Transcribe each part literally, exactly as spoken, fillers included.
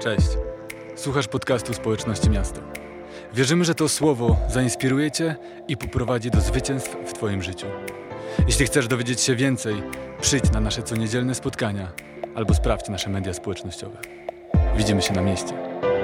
Cześć. Słuchasz podcastu Społeczności Miasto. Wierzymy, że to słowo zainspiruje Cię i poprowadzi do zwycięstw w Twoim życiu. Jeśli chcesz dowiedzieć się więcej, przyjdź na nasze coniedzielne spotkania albo sprawdź nasze media społecznościowe. Widzimy się na mieście.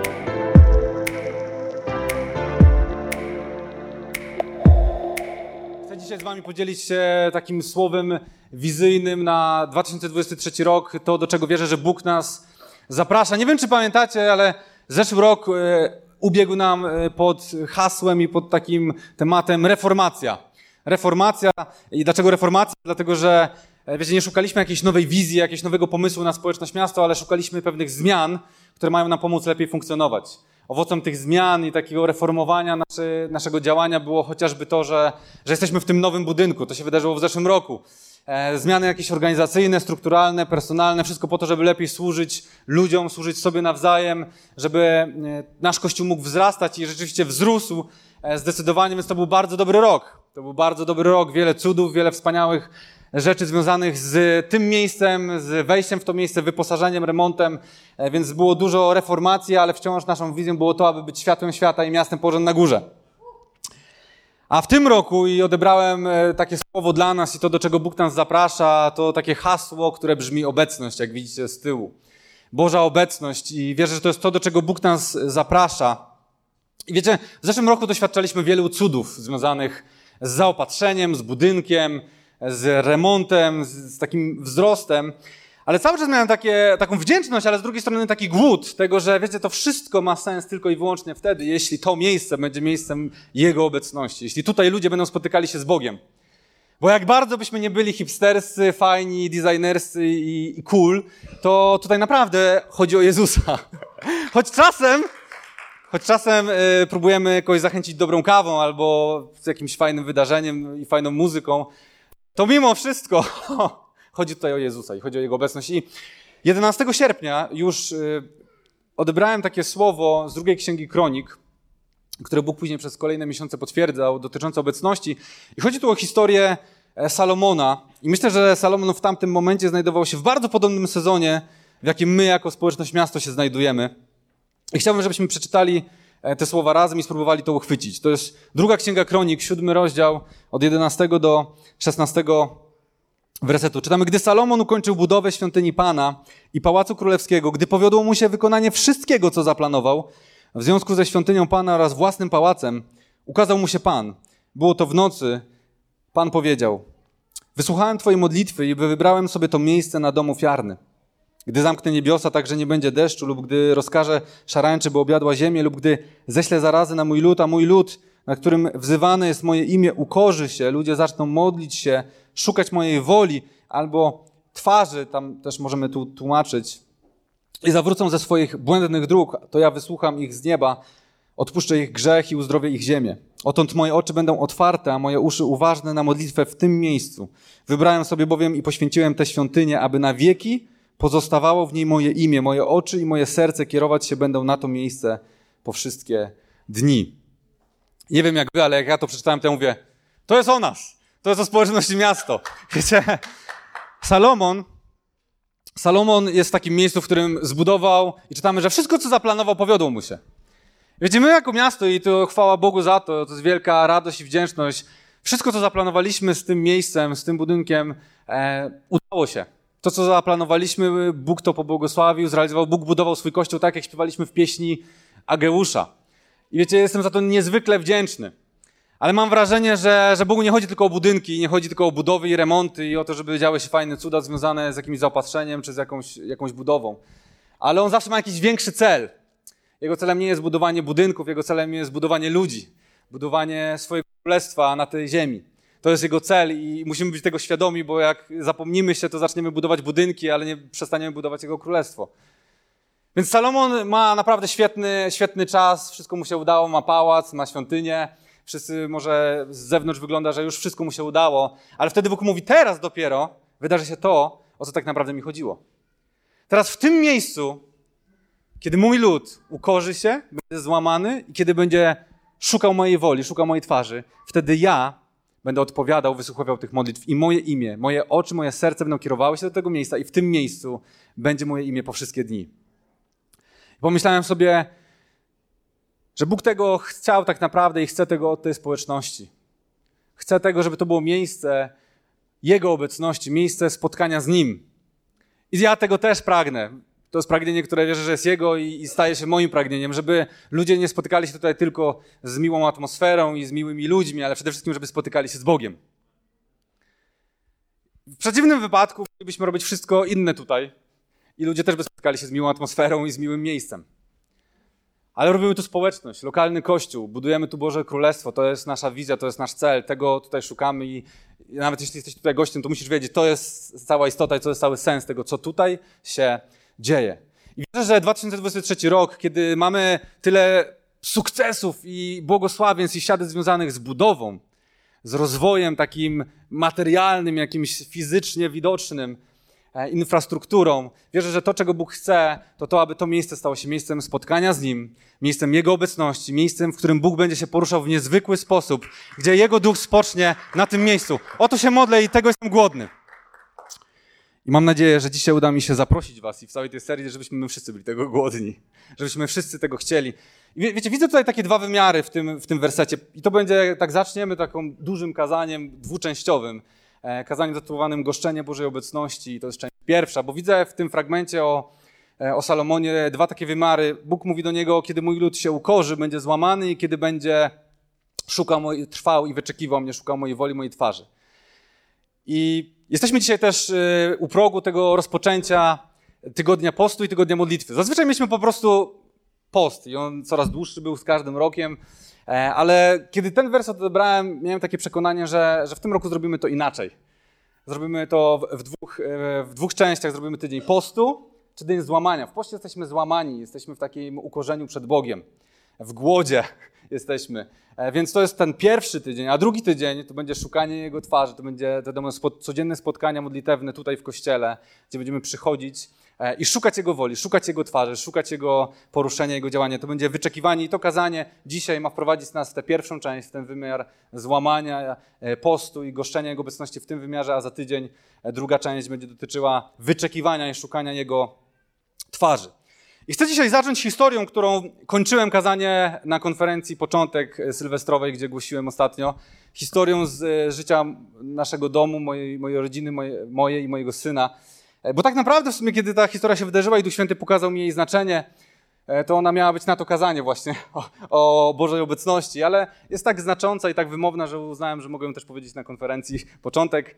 Chcę dzisiaj z Wami podzielić się takim słowem wizyjnym na dwa tysiące dwudziesty trzeci rok, to do czego wierzę, że Bóg nas zaprasza. Nie wiem, czy pamiętacie, ale zeszły rok e, ubiegł nam e, pod hasłem i pod takim tematem reformacja. Reformacja. I dlaczego reformacja? Dlatego, że e, wiecie, nie szukaliśmy jakiejś nowej wizji, jakiegoś nowego pomysłu na społeczność miasto, ale szukaliśmy pewnych zmian, które mają nam pomóc lepiej funkcjonować. Owocem tych zmian i takiego reformowania naszy, naszego działania było chociażby to, że, że jesteśmy w tym nowym budynku. To się wydarzyło w zeszłym roku. E, zmiany jakieś organizacyjne, strukturalne, personalne, wszystko po to, żeby lepiej służyć ludziom, służyć sobie nawzajem, żeby e, nasz Kościół mógł wzrastać i rzeczywiście wzrósł e, zdecydowanie, więc to był bardzo dobry rok. To był bardzo dobry rok, wiele cudów, wiele wspaniałych rzeczy związanych z tym miejscem, z wejściem w to miejsce, wyposażeniem, remontem, e, więc było dużo reformacji, ale wciąż naszą wizją było to, aby być światłem świata i miastem położonym na górze. A w tym roku i odebrałem takie słowo dla nas i to, do czego Bóg nas zaprasza, to takie hasło, które brzmi obecność, jak widzicie z tyłu. Boża obecność i wierzę, że to jest to, do czego Bóg nas zaprasza. I wiecie, w zeszłym roku doświadczaliśmy wielu cudów związanych z zaopatrzeniem, z budynkiem, z remontem, z, z takim wzrostem. Ale cały czas miałem takie, taką wdzięczność, ale z drugiej strony taki głód tego, że wiecie, to wszystko ma sens tylko i wyłącznie wtedy, jeśli to miejsce będzie miejscem Jego obecności. Jeśli tutaj ludzie będą spotykali się z Bogiem. Bo jak bardzo byśmy nie byli hipsterscy, fajni, designerscy i, i cool, to tutaj naprawdę chodzi o Jezusa. Choć czasem, choć czasem y, próbujemy kogoś zachęcić dobrą kawą albo z jakimś fajnym wydarzeniem i fajną muzyką, to mimo wszystko chodzi tutaj o Jezusa i chodzi o Jego obecność. I jedenastego sierpnia już y, odebrałem takie słowo z drugiej księgi Kronik, które Bóg później przez kolejne miesiące potwierdzał, dotyczące obecności. I chodzi tu o historię Salomona. I myślę, że Salomon w tamtym momencie znajdował się w bardzo podobnym sezonie, w jakim my jako społeczność miasto się znajdujemy. I chciałbym, żebyśmy przeczytali te słowa razem i spróbowali to uchwycić. To jest druga księga Kronik, siódmy rozdział, od jedenastego do szesnastego wersetu. Czytamy: Gdy Salomon ukończył budowę świątyni Pana i Pałacu Królewskiego, gdy powiodło mu się wykonanie wszystkiego, co zaplanował, w związku ze świątynią Pana oraz własnym pałacem, ukazał mu się Pan. Było to w nocy. Pan powiedział: Wysłuchałem Twojej modlitwy i wybrałem sobie to miejsce na dom ofiarny. Gdy zamknę niebiosa, tak że nie będzie deszczu, lub gdy rozkażę szarańczy, by objadła ziemię, lub gdy ześlę zarazy na mój lud, a mój lud, na którym wzywane jest moje imię, ukorzy się, ludzie zaczną modlić się, szukać mojej woli albo twarzy, tam też możemy tu tłumaczyć, i zawrócą ze swoich błędnych dróg, to ja wysłucham ich z nieba, odpuszczę ich grzech i uzdrowię ich ziemię. Odtąd moje oczy będą otwarte, a moje uszy uważne na modlitwę w tym miejscu. Wybrałem sobie bowiem i poświęciłem tę świątynię, aby na wieki pozostawało w niej moje imię, moje oczy i moje serce kierować się będą na to miejsce po wszystkie dni. Nie wiem jak wy, ale jak ja to przeczytałem, to ja mówię, to jest o nas, to jest o społeczności miasto. Wiecie, Salomon, Salomon jest w takim miejscu, w którym zbudował i czytamy, że wszystko, co zaplanował, powiodło mu się. Wiecie, my jako miasto, i to chwała Bogu za to, to jest wielka radość i wdzięczność, wszystko, co zaplanowaliśmy z tym miejscem, z tym budynkiem, e, udało się. To, co zaplanowaliśmy, Bóg to pobłogosławił, zrealizował. Bóg budował swój kościół tak, jak śpiewaliśmy w pieśni Ageusza. I wiecie, jestem za to niezwykle wdzięczny. Ale mam wrażenie, że, że Bogu nie chodzi tylko o budynki, nie chodzi tylko o budowy i remonty i o to, żeby działy się fajne cuda związane z jakimś zaopatrzeniem czy z jakąś, jakąś budową. Ale On zawsze ma jakiś większy cel. Jego celem nie jest budowanie budynków, Jego celem jest budowanie ludzi. Budowanie swojego królestwa na tej ziemi. To jest Jego cel i musimy być tego świadomi, bo jak zapomnimy się, to zaczniemy budować budynki, ale nie przestaniemy budować Jego królestwo. Więc Salomon ma naprawdę świetny, świetny czas, wszystko mu się udało, ma pałac, ma świątynię. Wszyscy może z zewnątrz wygląda, że już wszystko mu się udało, ale wtedy Bóg mówi, teraz dopiero wydarzy się to, o co tak naprawdę mi chodziło. Teraz w tym miejscu, kiedy mój lud ukorzy się, będzie złamany i kiedy będzie szukał mojej woli, szukał mojej twarzy, wtedy ja będę odpowiadał, wysłuchiwał tych modlitw i moje imię, moje oczy, moje serce będą kierowały się do tego miejsca i w tym miejscu będzie moje imię po wszystkie dni. Pomyślałem sobie, że Bóg tego chciał tak naprawdę i chce tego od tej społeczności. Chce tego, żeby to było miejsce Jego obecności, miejsce spotkania z Nim. I ja tego też pragnę. To jest pragnienie, które wierzę, że jest Jego i, i staje się moim pragnieniem, żeby ludzie nie spotykali się tutaj tylko z miłą atmosferą i z miłymi ludźmi, ale przede wszystkim, żeby spotykali się z Bogiem. W przeciwnym wypadku moglibyśmy robić wszystko inne tutaj i ludzie też by spotykali się z miłą atmosferą i z miłym miejscem. Ale robimy tu społeczność, lokalny kościół, budujemy tu Boże Królestwo, to jest nasza wizja, to jest nasz cel, tego tutaj szukamy i nawet jeśli jesteś tutaj gościem, to musisz wiedzieć, to jest cała istota i to jest cały sens tego, co tutaj się dzieje. I wierzę, że dwa tysiące dwudziesty trzeci rok, kiedy mamy tyle sukcesów i błogosławieństw i świadectw związanych z budową, z rozwojem takim materialnym, jakimś fizycznie widocznym, infrastrukturą. Wierzę, że to, czego Bóg chce, to to, aby to miejsce stało się miejscem spotkania z Nim, miejscem Jego obecności, miejscem, w którym Bóg będzie się poruszał w niezwykły sposób, gdzie Jego Duch spocznie na tym miejscu. O to się modlę i tego jestem głodny. I mam nadzieję, że dzisiaj uda mi się zaprosić was i w całej tej serii, żebyśmy my wszyscy byli tego głodni, żebyśmy wszyscy tego chcieli. I wie, wiecie, widzę tutaj takie dwa wymiary w tym, w tym wersecie i to będzie, tak zaczniemy taką dużym kazaniem dwuczęściowym, e, kazaniem zatytułowanym Goszczenie Bożej Obecności i to jest część pierwsza, bo widzę w tym fragmencie o, e, o Salomonie dwa takie wymiary. Bóg mówi do niego, kiedy mój lud się ukorzy, będzie złamany i kiedy będzie szukał mojej, trwał i wyczekiwał mnie, szukał mojej woli, mojej twarzy. I jesteśmy dzisiaj też u progu tego rozpoczęcia tygodnia postu i tygodnia modlitwy. Zazwyczaj mieliśmy po prostu post i on coraz dłuższy był z każdym rokiem, ale kiedy ten werset odebrałem, miałem takie przekonanie, że, że w tym roku zrobimy to inaczej. Zrobimy to w dwóch, w dwóch częściach, zrobimy tydzień postu czy tydzień złamania. W poście jesteśmy złamani, jesteśmy w takim ukorzeniu przed Bogiem, w głodzie jesteśmy. Więc to jest ten pierwszy tydzień, a drugi tydzień to będzie szukanie Jego twarzy, to będzie to będą spod, codzienne spotkania modlitewne tutaj w kościele, gdzie będziemy przychodzić i szukać Jego woli, szukać Jego twarzy, szukać Jego poruszenia, Jego działania. To będzie wyczekiwanie i to kazanie dzisiaj ma wprowadzić nas w tę pierwszą część, w ten wymiar złamania, postu i goszczenia Jego obecności w tym wymiarze, a za tydzień druga część będzie dotyczyła wyczekiwania i szukania Jego twarzy. I chcę dzisiaj zacząć historią, którą kończyłem kazanie na konferencji Początek Sylwestrowej, gdzie głosiłem ostatnio. Historią z życia naszego domu, mojej, mojej rodziny, moje, mojej i mojego syna. Bo tak naprawdę w sumie, kiedy ta historia się wydarzyła i Duch Święty pokazał mi jej znaczenie, to ona miała być na to kazanie właśnie o, o Bożej obecności, ale jest tak znacząca i tak wymowna, że uznałem, że mogę ją też powiedzieć na konferencji Początek.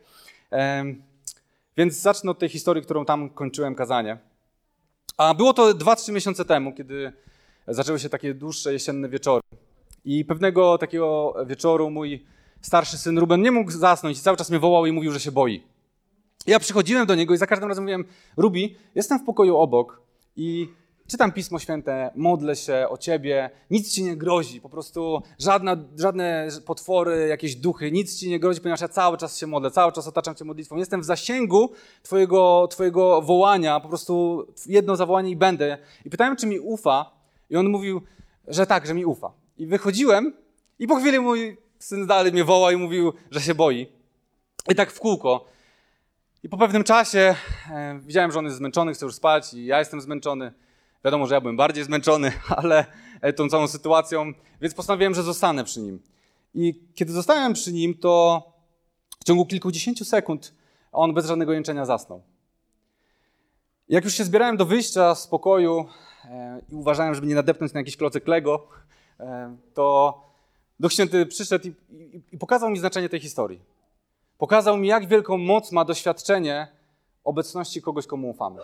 Więc zacznę od tej historii, którą tam kończyłem kazanie. A było to dwa trzy miesiące temu, kiedy zaczęły się takie dłuższe jesienne wieczory. I pewnego takiego wieczoru mój starszy syn Ruben nie mógł zasnąć i cały czas mnie wołał i mówił, że się boi. Ja przychodziłem do niego i za każdym razem mówiłem: Rubi, jestem w pokoju obok i czytam Pismo Święte, modlę się o ciebie, nic ci nie grozi, po prostu żadna, żadne potwory, jakieś duchy, nic ci nie grozi, ponieważ ja cały czas się modlę, cały czas otaczam cię modlitwą. Jestem w zasięgu twojego, twojego wołania, po prostu jedno zawołanie i będę. I pytałem, czy mi ufa i on mówił, że tak, że mi ufa. I wychodziłem i po chwili mój syn dalej mnie woła i mówił, że się boi. I tak w kółko. I po pewnym czasie e, widziałem, że on jest zmęczony, chce już spać i ja jestem zmęczony. Wiadomo, że ja byłem bardziej zmęczony, ale tą całą sytuacją, więc postanowiłem, że zostanę przy nim. I kiedy zostałem przy nim, to w ciągu kilkudziesięciu sekund on bez żadnego jęczenia zasnął. I jak już się zbierałem do wyjścia z pokoju e, i uważałem, żeby nie nadepnąć na jakiś klocek Lego, e, to Duch Święty przyszedł i, i, i pokazał mi znaczenie tej historii. Pokazał mi, jak wielką moc ma doświadczenie obecności kogoś, komu ufamy.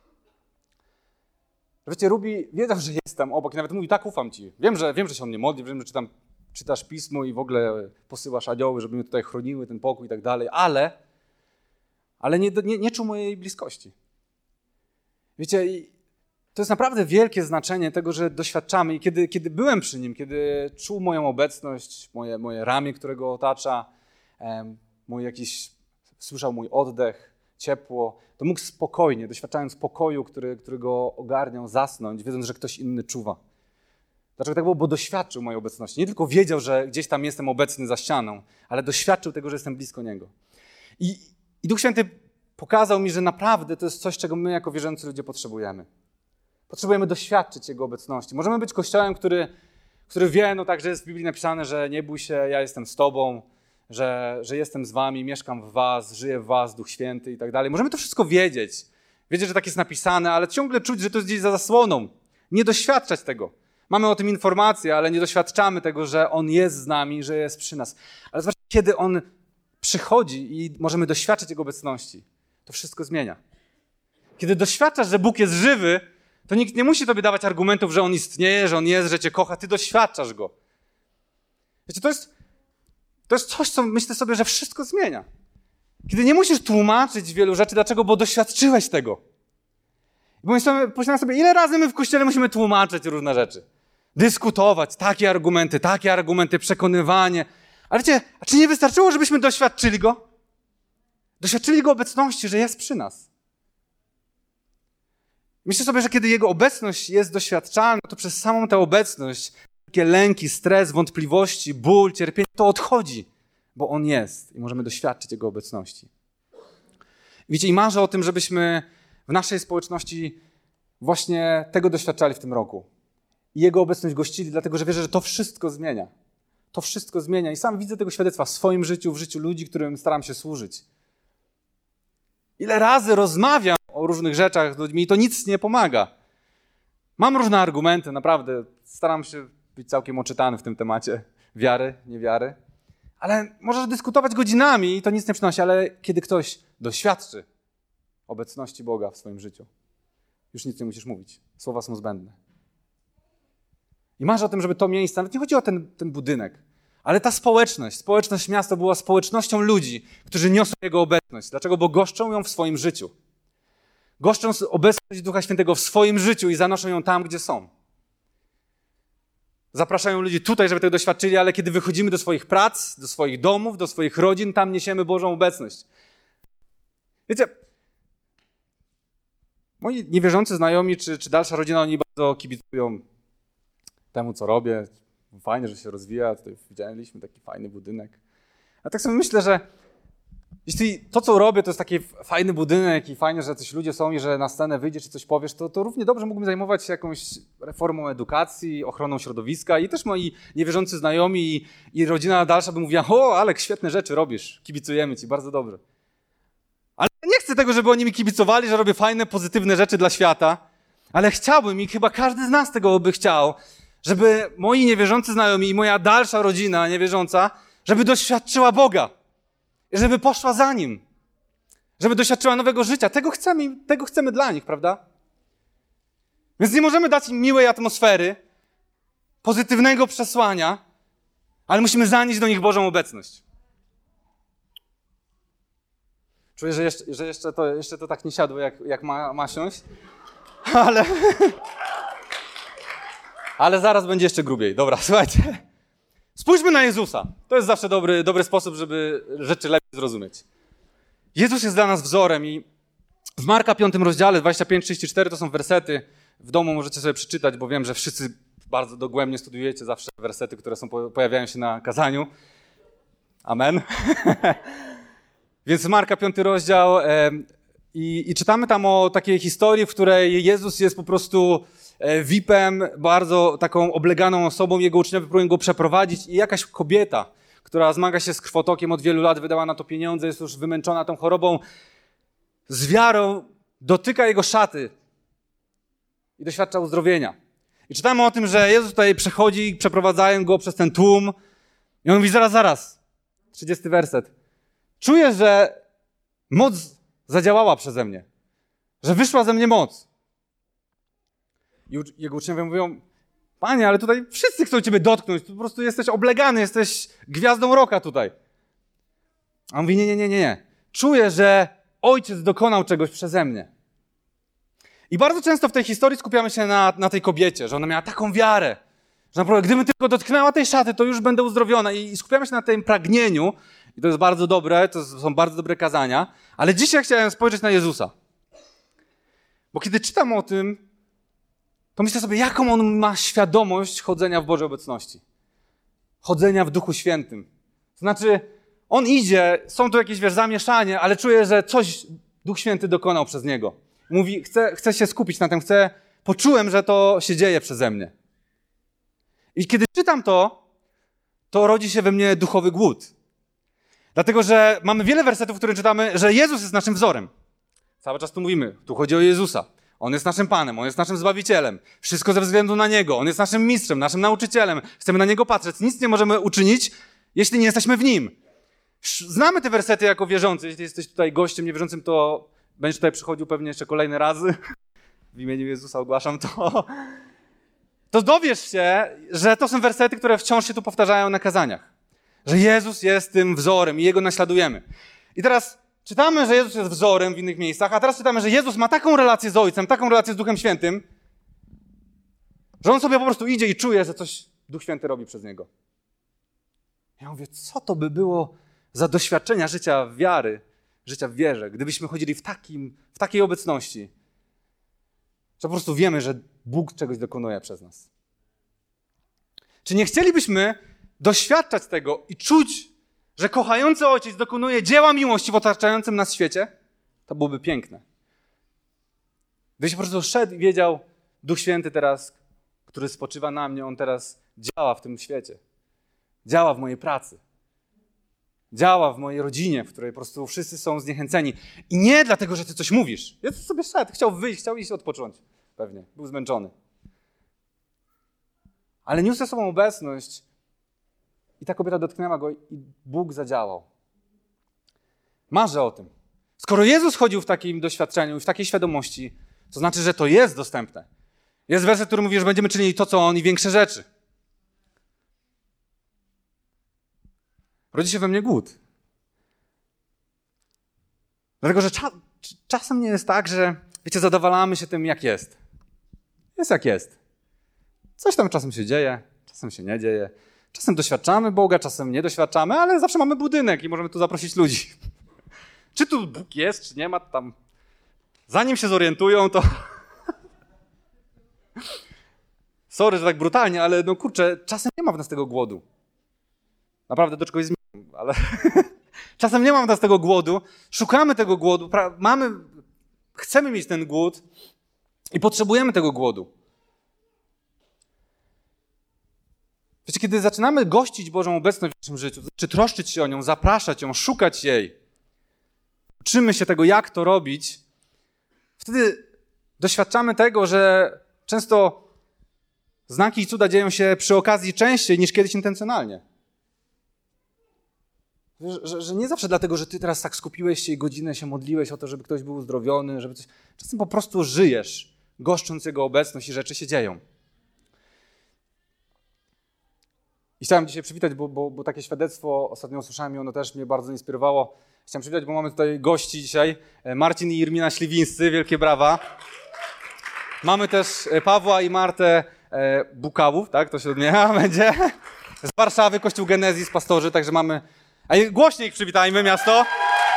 Wiecie, Rubi wiedział, że jestem obok i nawet mówi, tak, ufam ci. Wiem, że, wiem, że się o mnie modli, wiem, że czytam, czytasz Pismo i w ogóle posyłasz anioły, żeby mnie tutaj chroniły, ten pokój i tak dalej, ale, ale nie, nie, nie czuł mojej bliskości. Wiecie, to jest naprawdę wielkie znaczenie tego, że doświadczamy i kiedy, kiedy byłem przy nim, kiedy czuł moją obecność, moje, moje ramię, które go otacza, em, mój jakiś, słyszał mój oddech, ciepło, to mógł spokojnie, doświadczając spokoju, który, który go ogarniał, zasnąć, wiedząc, że ktoś inny czuwa. Dlaczego tak było? Bo doświadczył mojej obecności. Nie tylko wiedział, że gdzieś tam jestem obecny za ścianą, ale doświadczył tego, że jestem blisko Niego. I, i Duch Święty pokazał mi, że naprawdę to jest coś, czego my jako wierzący ludzie potrzebujemy. Potrzebujemy doświadczyć Jego obecności. Możemy być kościołem, który, który wie, no tak, że jest w Biblii napisane, że nie bój się, ja jestem z tobą, że, że jestem z wami, mieszkam w was, żyję w was, Duch Święty i tak dalej. Możemy to wszystko wiedzieć. Wiedzieć, że tak jest napisane, ale ciągle czuć, że to jest gdzieś za zasłoną. Nie doświadczać tego. Mamy o tym informacje, ale nie doświadczamy tego, że On jest z nami, że jest przy nas. Ale zobaczcie, kiedy On przychodzi i możemy doświadczyć Jego obecności, to wszystko zmienia. Kiedy doświadczasz, że Bóg jest żywy, to nikt nie musi tobie dawać argumentów, że On istnieje, że On jest, że cię kocha. Ty doświadczasz Go. Wiecie, to jest, to jest coś, co myślę sobie, że wszystko zmienia. Kiedy nie musisz tłumaczyć wielu rzeczy, dlaczego, bo doświadczyłeś tego. Bo pomyślałem sobie, ile razy my w Kościele musimy tłumaczyć różne rzeczy. Dyskutować, takie argumenty, takie argumenty, przekonywanie. Ale wiecie, a czy nie wystarczyło, żebyśmy doświadczyli Go? Doświadczyli Go obecności, że jest przy nas. Myślę sobie, że kiedy Jego obecność jest doświadczalna, to przez samą tę obecność takie lęki, stres, wątpliwości, ból, cierpienie, to odchodzi, bo On jest i możemy doświadczyć Jego obecności. Wiecie, i marzę o tym, żebyśmy w naszej społeczności właśnie tego doświadczali w tym roku. I Jego obecność gościli, dlatego że wierzę, że to wszystko zmienia. To wszystko zmienia. I sam widzę tego świadectwa w swoim życiu, w życiu ludzi, którym staram się służyć. Ile razy rozmawiam o różnych rzeczach z ludźmi i to nic nie pomaga. Mam różne argumenty, naprawdę. Staram się być całkiem oczytany w tym temacie wiary, niewiary. Ale możesz dyskutować godzinami i to nic nie przynosi, ale kiedy ktoś doświadczy obecności Boga w swoim życiu, już nic nie musisz mówić. Słowa są zbędne. I marzę o tym, żeby to miejsce, nawet nie chodzi o ten, ten budynek, ale ta społeczność, społeczność miasta była społecznością ludzi, którzy niosą Jego obecność. Dlaczego? Bo goszczą ją w swoim życiu. Goszczą obecność Ducha Świętego w swoim życiu i zanoszą ją tam, gdzie są. Zapraszają ludzi tutaj, żeby tego doświadczyli, ale kiedy wychodzimy do swoich prac, do swoich domów, do swoich rodzin, tam niesiemy Bożą obecność. Wiecie, moi niewierzący znajomi, czy, czy dalsza rodzina, oni bardzo kibicują temu, co robię. Fajnie, że się rozwija. Tutaj widzieliśmy taki fajny budynek. A tak sobie myślę, że jeśli to, co robię, to jest taki fajny budynek i fajnie, że coś ludzie są i że na scenę wyjdziesz i coś powiesz, to, to równie dobrze mógłbym zajmować się jakąś reformą edukacji, ochroną środowiska i też moi niewierzący znajomi i, i rodzina dalsza by mówiła: o, Alek, świetne rzeczy robisz, kibicujemy ci, bardzo dobrze. Ale nie chcę tego, żeby oni mi kibicowali, że robię fajne, pozytywne rzeczy dla świata, ale chciałbym i chyba każdy z nas tego by chciał, żeby moi niewierzący znajomi i moja dalsza rodzina niewierząca, żeby doświadczyła Boga. Żeby poszła za Nim. Żeby doświadczyła nowego życia. Tego chcemy, tego chcemy dla nich, prawda? Więc nie możemy dać im miłej atmosfery, pozytywnego przesłania, ale musimy zanieść do nich Bożą obecność. Czuję, że jeszcze, że jeszcze, to, jeszcze to tak nie siadło, jak, jak ma, ma siąść. Ale... Ale zaraz będzie jeszcze grubiej. Dobra, słuchajcie. Spójrzmy na Jezusa. To jest zawsze dobry, dobry sposób, żeby rzeczy lepiej zrozumieć. Jezus jest dla nas wzorem i w Marka piątym rozdziale dwadzieścia pięć trzydzieści cztery to są wersety. W domu możecie sobie przeczytać, bo wiem, że wszyscy bardzo dogłębnie studiujecie zawsze wersety, które są, pojawiają się na kazaniu. Amen. Więc Marka piąty rozdział e, i, i czytamy tam o takiej historii, w której Jezus jest po prostu V I P-em, bardzo taką obleganą osobą, jego uczniowie próbują go przeprowadzić i jakaś kobieta, która zmaga się z krwotokiem od wielu lat, wydała na to pieniądze, jest już wymęczona tą chorobą, z wiarą dotyka jego szaty i doświadcza uzdrowienia. I czytamy o tym, że Jezus tutaj przechodzi, przeprowadzają go przez ten tłum i on mówi: zaraz, zaraz, trzydziesty werset. Czuję, że moc zadziałała przeze mnie, że wyszła ze mnie moc. I jego uczniowie mówią: Panie, ale tutaj wszyscy chcą Ciebie dotknąć, po prostu jesteś oblegany, jesteś gwiazdą roka tutaj. A on mówi: nie, nie, nie, nie. Czuję, że Ojciec dokonał czegoś przeze mnie. I bardzo często w tej historii skupiamy się na, na tej kobiecie, że ona miała taką wiarę, że naprawdę gdybym tylko dotknęła tej szaty, to już będę uzdrowiona. I, i skupiamy się na tym pragnieniu i to jest bardzo dobre, to są bardzo dobre kazania, ale dzisiaj chciałem spojrzeć na Jezusa. Bo kiedy czytam o tym, to myślę sobie, jaką on ma świadomość chodzenia w Bożej obecności. Chodzenia w Duchu Świętym. To znaczy, on idzie, są tu jakieś, wiesz, zamieszanie, ale czuje, że coś Duch Święty dokonał przez niego. Mówi, chce, chce się skupić na tym, chce poczułem, że to się dzieje przeze mnie. I kiedy czytam to, to rodzi się we mnie duchowy głód. Dlatego, że mamy wiele wersetów, w których czytamy, że Jezus jest naszym wzorem. Cały czas tu mówimy, tu chodzi o Jezusa. On jest naszym Panem, On jest naszym Zbawicielem. Wszystko ze względu na Niego. On jest naszym mistrzem, naszym nauczycielem. Chcemy na Niego patrzeć. Nic nie możemy uczynić, jeśli nie jesteśmy w Nim. Znamy te wersety jako wierzący. Jeśli jesteś tutaj gościem niewierzącym, to będziesz tutaj przychodził pewnie jeszcze kolejne razy. W imieniu Jezusa ogłaszam to. To dowiesz się, że to są wersety, które wciąż się tu powtarzają na kazaniach. Że Jezus jest tym wzorem i Jego naśladujemy. I teraz czytamy, że Jezus jest wzorem w innych miejscach, a teraz czytamy, że Jezus ma taką relację z Ojcem, taką relację z Duchem Świętym, że On sobie po prostu idzie i czuje, że coś Duch Święty robi przez Niego. Ja mówię, co to by było za doświadczenia życia wiary, życia w wierze, gdybyśmy chodzili w, takim, w takiej obecności, że po prostu wiemy, że Bóg czegoś dokonuje przez nas. Czy nie chcielibyśmy doświadczać tego i czuć, że kochający Ojciec dokonuje dzieła miłości w otaczającym nas świecie? To byłoby piękne. Gdybyś po prostu szedł i wiedział, Duch Święty teraz, który spoczywa na mnie, On teraz działa w tym świecie. Działa w mojej pracy. Działa w mojej rodzinie, w której po prostu wszyscy są zniechęceni. I nie dlatego, że ty coś mówisz. Jezus sobie szedł, chciał wyjść, chciał iść odpocząć. Pewnie, był zmęczony. Ale niósł ze sobą obecność i ta kobieta dotknęła go i Bóg zadziałał. Marzę o tym. Skoro Jezus chodził w takim doświadczeniu i w takiej świadomości, to znaczy, że to jest dostępne. Jest werset, który mówi, że będziemy czynili to, co On i większe rzeczy. Rodzi się we mnie głód. Dlatego, że cza- czasem nie jest tak, że wiecie, zadowalamy się tym, jak jest. Jest jak jest. Coś tam czasem się dzieje, czasem się nie dzieje. Czasem doświadczamy Boga, czasem nie doświadczamy, ale zawsze mamy budynek i możemy tu zaprosić ludzi. Czy tu Bóg jest, czy nie ma tam. Zanim się zorientują, to... Sorry, że tak brutalnie, ale no kurczę, czasem nie ma w nas tego głodu. Naprawdę do czegoś zmieniam, ale czasem nie ma w nas tego głodu. Szukamy tego głodu, pra... mamy, chcemy mieć ten głód i potrzebujemy tego głodu. Wiecie, kiedy zaczynamy gościć Bożą obecność w naszym życiu, czy troszczyć się o nią, zapraszać ją, szukać jej, uczymy się tego, jak to robić, wtedy doświadczamy tego, że często znaki i cuda dzieją się przy okazji częściej niż kiedyś intencjonalnie. Że, że, że nie zawsze dlatego, że ty teraz tak skupiłeś się i godzinę się modliłeś o to, żeby ktoś był uzdrowiony, żeby coś... Czasem po prostu żyjesz, goszcząc Jego obecność i rzeczy się dzieją. I chciałem dzisiaj przywitać, bo, bo, bo takie świadectwo ostatnio usłyszałem i ono też mnie bardzo inspirowało. Chciałem przywitać, bo mamy tutaj gości dzisiaj. Marcin i Irmina Śliwińscy, wielkie brawa. Mamy też Pawła i Martę Bukałów, tak? To się odmienia, będzie. Z Warszawy, Kościół Genezis, pastorzy, także mamy... A głośniej ich przywitajmy, miasto.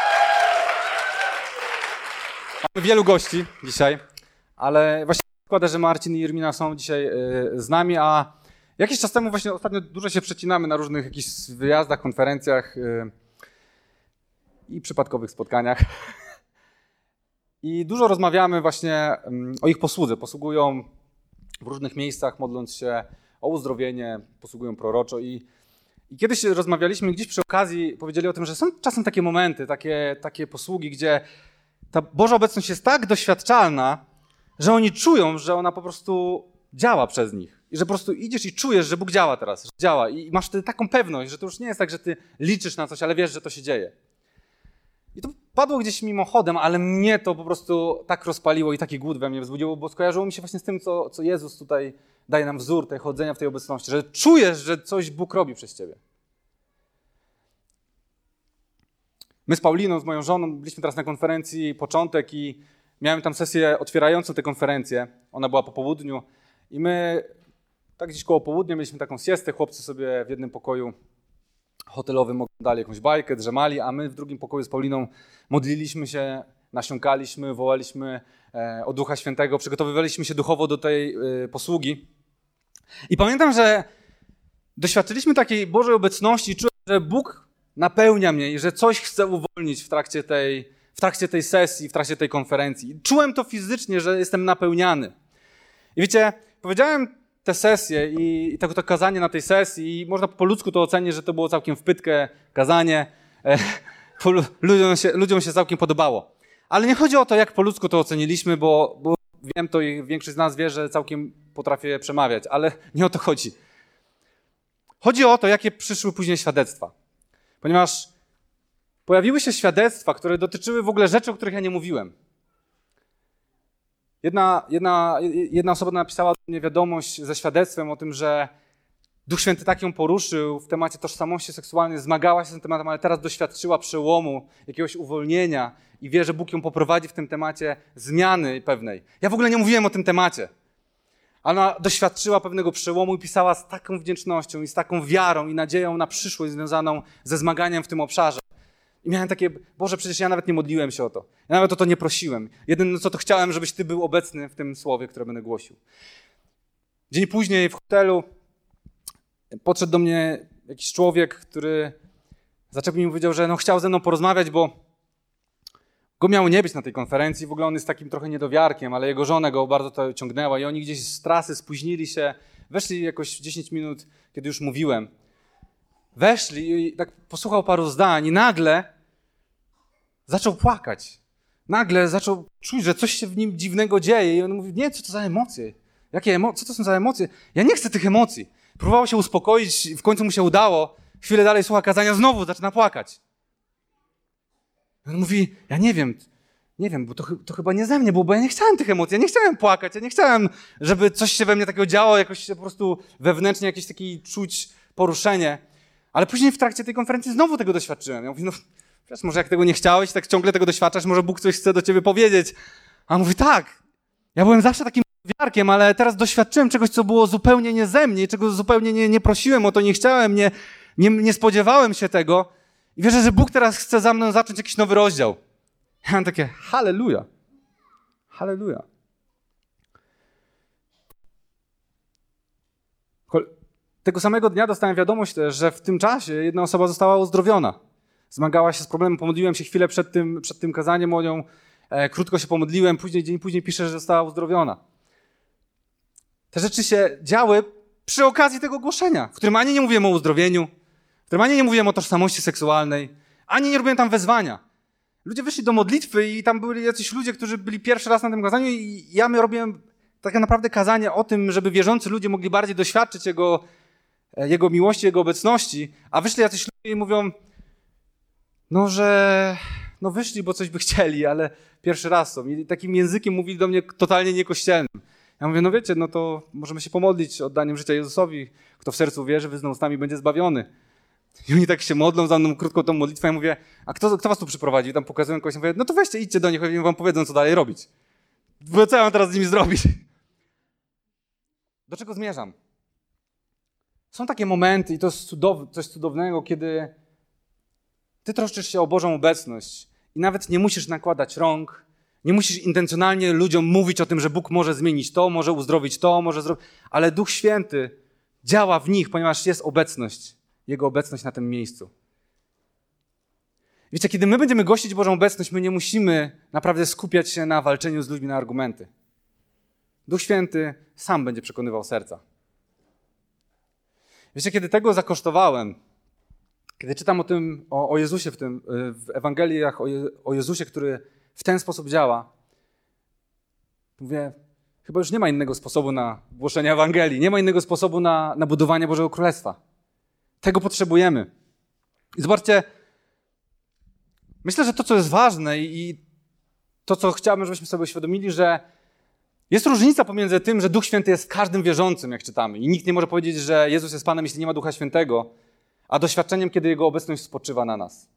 Mamy wielu gości dzisiaj, ale właśnie składa, że Marcin i Irmina są dzisiaj z nami, a jakiś czas temu właśnie ostatnio dużo się przecinamy na różnych jakichś wyjazdach, konferencjach i przypadkowych spotkaniach. I dużo rozmawiamy właśnie o ich posłudze. Posługują w różnych miejscach, modląc się o uzdrowienie, posługują proroczo i I kiedyś rozmawialiśmy, gdzieś przy okazji powiedzieli o tym, że są czasem takie momenty, takie, takie posługi, gdzie ta Boża obecność jest tak doświadczalna, że oni czują, że ona po prostu działa przez nich. I że po prostu idziesz i czujesz, że Bóg działa teraz, że działa. I masz wtedy taką pewność, że to już nie jest tak, że ty liczysz na coś, ale wiesz, że to się dzieje. I to padło gdzieś mimochodem, ale mnie to po prostu tak rozpaliło i taki głód we mnie wzbudziło, bo skojarzyło mi się właśnie z tym, co, co Jezus tutaj daje nam wzór tej chodzenia w tej obecności, że czujesz, że coś Bóg robi przez ciebie. My z Pauliną, z moją żoną, byliśmy teraz na konferencji początek i miałem tam sesję otwierającą tę konferencję. Ona była po południu i my tak gdzieś koło południa mieliśmy taką siestę. Chłopcy sobie w jednym pokoju hotelowym oglądali jakąś bajkę, drzemali, a my w drugim pokoju z Pauliną modliliśmy się, nasiąkaliśmy, wołaliśmy e, o Ducha Świętego, przygotowywaliśmy się duchowo do tej e, posługi. I pamiętam, że doświadczyliśmy takiej Bożej obecności i czułem, że Bóg napełnia mnie i że coś chce uwolnić w trakcie tej, w trakcie tej sesji, w trakcie tej konferencji. I czułem to fizycznie, że jestem napełniany. I wiecie, powiedziałem tę sesję i, i to, to kazanie na tej sesji i można po ludzku to ocenić, że to było całkiem wpytkę kazanie. E, po, ludziom, się, ludziom się całkiem podobało. Ale nie chodzi o to, jak po ludzku to oceniliśmy, bo, bo wiem to i większość z nas wie, że całkiem potrafię przemawiać, ale nie o to chodzi. Chodzi o to, jakie przyszły później świadectwa. Ponieważ pojawiły się świadectwa, które dotyczyły w ogóle rzeczy, o których ja nie mówiłem. Jedna, jedna, jedna osoba napisała do mnie wiadomość ze świadectwem o tym, że Duch Święty tak ją poruszył w temacie tożsamości seksualnej, zmagała się z tym tematem, ale teraz doświadczyła przełomu, jakiegoś uwolnienia i wie, że Bóg ją poprowadzi w tym temacie zmiany pewnej. Ja w ogóle nie mówiłem o tym temacie. Ona doświadczyła pewnego przełomu i pisała z taką wdzięcznością i z taką wiarą i nadzieją na przyszłość związaną ze zmaganiem w tym obszarze. I miałem takie, Boże, przecież ja nawet nie modliłem się o to. Ja nawet o to nie prosiłem. Jedyne, co to chciałem, żebyś Ty był obecny w tym słowie, które będę głosił. Dzień później w hotelu podszedł do mnie jakiś człowiek, który zaczepił mi i powiedział, że no chciał ze mną porozmawiać, bo go miało nie być na tej konferencji. W ogóle on jest takim trochę niedowiarkiem, ale jego żona go bardzo to ciągnęła i oni gdzieś z trasy spóźnili się. Weszli jakoś dziesięć minut, kiedy już mówiłem. Weszli i tak posłuchał paru zdań i nagle zaczął płakać. Nagle zaczął czuć, że coś się w nim dziwnego dzieje i on mówi, nie, co to za emocje? Jakie emocje? Co to są za emocje? Ja nie chcę tych emocji. Próbował się uspokoić i w końcu mu się udało. Chwilę dalej słucha kazania, znowu zaczyna płakać. I on mówi, ja nie wiem, nie wiem, bo to, to chyba nie ze mnie było, bo ja nie chciałem tych emocji, ja nie chciałem płakać, ja nie chciałem, żeby coś się we mnie takiego działo, jakoś się po prostu wewnętrznie jakieś takie czuć poruszenie. Ale później w trakcie tej konferencji znowu tego doświadczyłem. Ja mówię, no wiesz, może jak tego nie chciałeś, tak ciągle tego doświadczasz, może Bóg coś chce do ciebie powiedzieć. A on mówi, tak, ja byłem zawsze takim wiarkiem, ale teraz doświadczyłem czegoś, co było zupełnie nie ze mnie, czego zupełnie nie, nie prosiłem o to, nie chciałem, nie, nie, nie spodziewałem się tego. I wierzę, że Bóg teraz chce za mną zacząć jakiś nowy rozdział. Ja mam takie, halleluja, halleluja. Tego samego dnia dostałem wiadomość też, że w tym czasie jedna osoba została uzdrowiona. Zmagała się z problemem, pomodliłem się chwilę przed tym, przed tym kazaniem o nią, e, krótko się pomodliłem, później, dzień później pisze, że została uzdrowiona. Te rzeczy się działy przy okazji tego głoszenia, w którym ani nie mówiłem o uzdrowieniu, w którym ani nie mówiłem o tożsamości seksualnej, ani nie robiłem tam wezwania. Ludzie wyszli do modlitwy i tam byli jacyś ludzie, którzy byli pierwszy raz na tym kazaniu i ja my robiłem tak naprawdę kazanie o tym, żeby wierzący ludzie mogli bardziej doświadczyć Jego, Jego miłości, Jego obecności, a wyszli jacyś ludzie i mówią, no że no wyszli, bo coś by chcieli, ale pierwszy raz są. I takim językiem mówili do mnie totalnie niekościelnym. Ja mówię, no wiecie, no to możemy się pomodlić oddaniem życia Jezusowi. Kto w sercu wierzy, wyzna ustami, będzie zbawiony. I oni tak się modlą za mną krótko tą modlitwę. Ja mówię, a kto, kto was tu przyprowadzi? I tam pokazują kogoś. Mówię, no to weźcie, idźcie do nich, i wam powiedzą, co dalej robić. Bo co ja mam teraz z nimi zrobić? Do czego zmierzam? Są takie momenty i to jest cudow- coś cudownego, kiedy ty troszczysz się o Bożą obecność i nawet nie musisz nakładać rąk, nie musisz intencjonalnie ludziom mówić o tym, że Bóg może zmienić to, może uzdrowić to, może zrobić, ale Duch Święty działa w nich, ponieważ jest obecność, Jego obecność na tym miejscu. Wiecie, kiedy my będziemy gościć Bożą obecność, my nie musimy naprawdę skupiać się na walczeniu z ludźmi na argumenty. Duch Święty sam będzie przekonywał serca. Wiecie, kiedy tego zakosztowałem, kiedy czytam o tym, o, o Jezusie w tym, w Ewangeliach, o, Je, o Jezusie, który w ten sposób działa, mówię, chyba już nie ma innego sposobu na głoszenie Ewangelii, nie ma innego sposobu na, na budowanie Bożego Królestwa. Tego potrzebujemy. I zobaczcie, myślę, że to, co jest ważne i, i to, co chciałbym, żebyśmy sobie uświadomili, że jest różnica pomiędzy tym, że Duch Święty jest w każdym wierzącym, jak czytamy. I nikt nie może powiedzieć, że Jezus jest Panem, jeśli nie ma Ducha Świętego, a doświadczeniem, kiedy Jego obecność spoczywa na nas.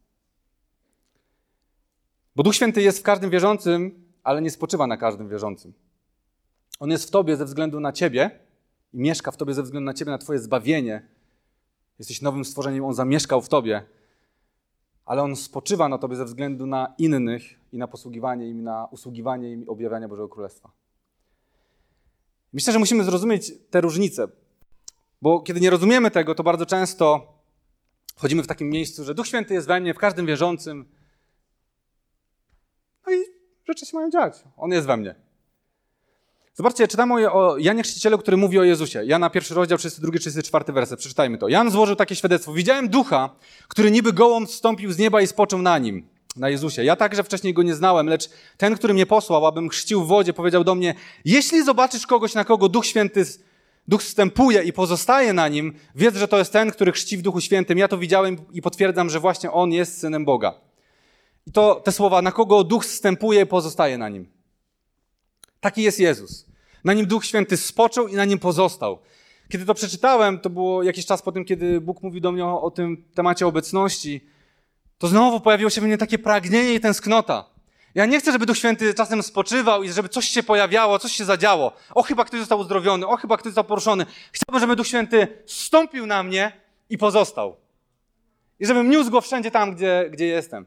Bo Duch Święty jest w każdym wierzącym, ale nie spoczywa na każdym wierzącym. On jest w tobie ze względu na ciebie i mieszka w tobie ze względu na ciebie, na twoje zbawienie. Jesteś nowym stworzeniem, On zamieszkał w tobie, ale On spoczywa na tobie ze względu na innych i na posługiwanie im, na usługiwanie im i objawianie Bożego Królestwa. Myślę, że musimy zrozumieć te różnice, bo kiedy nie rozumiemy tego, to bardzo często wchodzimy w takim miejscu, że Duch Święty jest we mnie, w każdym wierzącym, no i rzeczy się mają dziać. On jest we mnie. Zobaczcie, czytamy o Janie Chrzcicielu, który mówi o Jezusie. Jana pierwszy rozdział, trzydziesty drugi, trzydziesty czwarty werset. Przeczytajmy to. Jan złożył takie świadectwo. Widziałem ducha, który niby gołąb zstąpił z nieba i spoczął na nim, na Jezusie. Ja także wcześniej go nie znałem, lecz ten, który mnie posłał, abym chrzcił w wodzie, powiedział do mnie: jeśli zobaczysz kogoś, na kogo Duch Święty, Duch zstępuje i pozostaje na nim, wiedz, że to jest ten, który chrzci w Duchu Świętym. Ja to widziałem i potwierdzam, że właśnie on jest Synem Boga. I to te słowa, na kogo Duch zstępuje i pozostaje na nim. Taki jest Jezus. Na nim Duch Święty spoczął i na nim pozostał. Kiedy to przeczytałem, to było jakiś czas po tym, kiedy Bóg mówił do mnie o, o tym temacie obecności, to znowu pojawiło się we mnie takie pragnienie i tęsknota. Ja nie chcę, żeby Duch Święty czasem spoczywał i żeby coś się pojawiało, coś się zadziało. O, chyba ktoś został uzdrowiony, o, chyba ktoś został poruszony. Chciałbym, żeby Duch Święty zstąpił na mnie i pozostał. I żebym niósł go wszędzie tam, gdzie, gdzie jestem.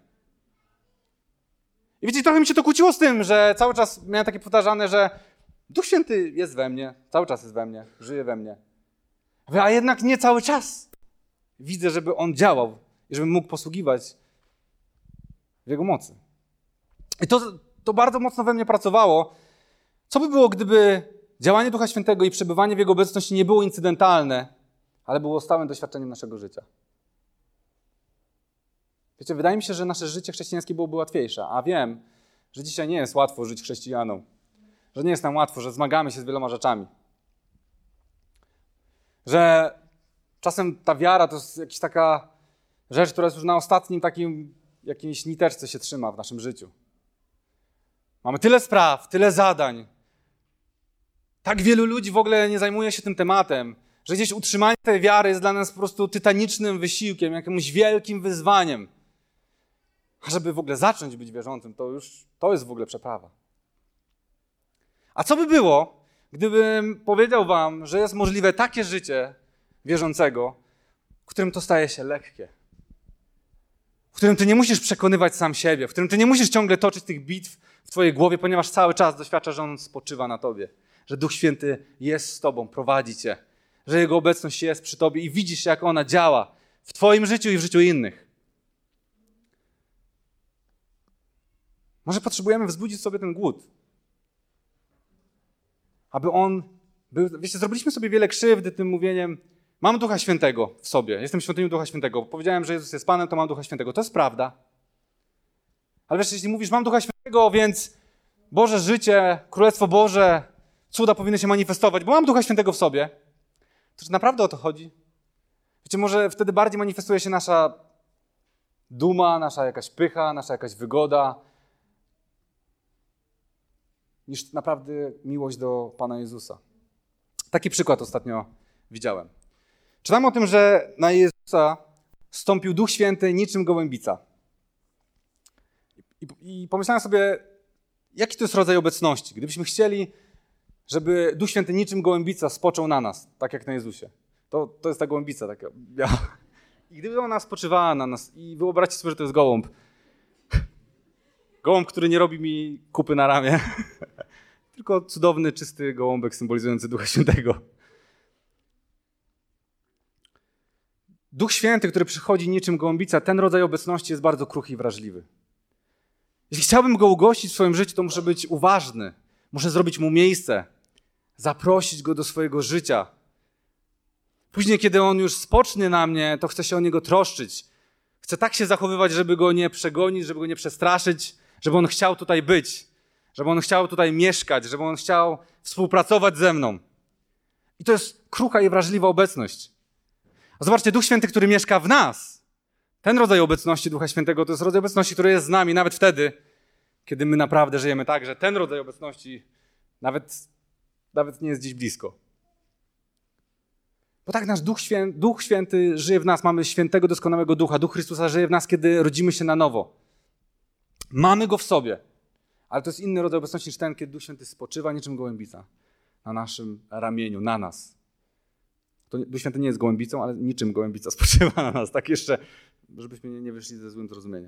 I wiecie, trochę mi się to kłóciło z tym, że cały czas miałem takie powtarzane, że Duch Święty jest we mnie, cały czas jest we mnie, żyje we mnie. A jednak nie cały czas. Widzę, żeby On działał i żebym mógł posługiwać w Jego mocy. I to, to bardzo mocno we mnie pracowało. Co by było, gdyby działanie Ducha Świętego i przebywanie w Jego obecności nie było incydentalne, ale było stałym doświadczeniem naszego życia? Wiecie, wydaje mi się, że nasze życie chrześcijańskie byłoby łatwiejsze, a wiem, że dzisiaj nie jest łatwo żyć chrześcijanom. Że nie jest nam łatwo, że zmagamy się z wieloma rzeczami. Że czasem ta wiara to jest jakaś taka rzecz, która jest już na ostatnim takim jakiejś niteczce się trzyma w naszym życiu. Mamy tyle spraw, tyle zadań. Tak wielu ludzi w ogóle nie zajmuje się tym tematem, że gdzieś utrzymanie tej wiary jest dla nas po prostu tytanicznym wysiłkiem, jakimś wielkim wyzwaniem. A żeby w ogóle zacząć być wierzącym, to już to jest w ogóle przeprawa. A co by było, gdybym powiedział wam, że jest możliwe takie życie wierzącego, w którym to staje się lekkie? W którym ty nie musisz przekonywać sam siebie, w którym ty nie musisz ciągle toczyć tych bitw w twojej głowie, ponieważ cały czas doświadczasz, że On spoczywa na tobie. Że Duch Święty jest z tobą, prowadzi cię. Że Jego obecność jest przy tobie i widzisz, jak ona działa w twoim życiu i w życiu innych. Może potrzebujemy wzbudzić sobie ten głód. Aby On był... Wiecie, zrobiliśmy sobie wiele krzywdy tym mówieniem: mam Ducha Świętego w sobie, jestem świątynią Ducha Świętego. Powiedziałem, że Jezus jest Panem, to mam Ducha Świętego. To jest prawda. Ale wiesz, jeśli mówisz, mam Ducha Świętego, więc Boże życie, Królestwo Boże, cuda powinny się manifestować, bo mam Ducha Świętego w sobie, to czy naprawdę o to chodzi? Wiecie, może wtedy bardziej manifestuje się nasza duma, nasza jakaś pycha, nasza jakaś wygoda, niż naprawdę miłość do Pana Jezusa. Taki przykład ostatnio widziałem. Czytamy o tym, że na Jezusa zstąpił Duch Święty niczym gołębica. I, I pomyślałem sobie, jaki to jest rodzaj obecności. Gdybyśmy chcieli, żeby Duch Święty niczym gołębica spoczął na nas, tak jak na Jezusie. To, to jest ta gołębica taka biała. I gdyby ona spoczywała na nas i wyobraźcie sobie, że to jest gołąb. Gołąb, który nie robi mi kupy na ramię. Tylko cudowny, czysty gołąbek symbolizujący Ducha Świętego. Duch Święty, który przychodzi niczym gołębica, ten rodzaj obecności jest bardzo kruchy i wrażliwy. Jeśli chciałbym Go ugościć w swoim życiu, to muszę być uważny. Muszę zrobić Mu miejsce. Zaprosić Go do swojego życia. Później, kiedy On już spocznie na mnie, to chcę się o Niego troszczyć. Chcę tak się zachowywać, żeby Go nie przegonić, żeby Go nie przestraszyć, żeby On chciał tutaj być, żeby On chciał tutaj mieszkać, żeby On chciał współpracować ze mną. I to jest krucha i wrażliwa obecność. A zobaczcie, Duch Święty, który mieszka w nas, ten rodzaj obecności Ducha Świętego, to jest rodzaj obecności, który jest z nami nawet wtedy, kiedy my naprawdę żyjemy tak, że ten rodzaj obecności nawet, nawet nie jest gdzieś blisko. Bo tak nasz Duch Święty, Duch Święty żyje w nas, mamy świętego, doskonałego Ducha. Duch Chrystusa żyje w nas, kiedy rodzimy się na nowo. Mamy Go w sobie, ale to jest inny rodzaj obecności niż ten, kiedy Duch Święty spoczywa niczym gołębica na naszym ramieniu, na nas. To Duch Święty nie jest gołębicą, ale niczym gołębica spoczywa na nas. Tak jeszcze, żebyśmy nie, nie wyszli ze złym zrozumieniem.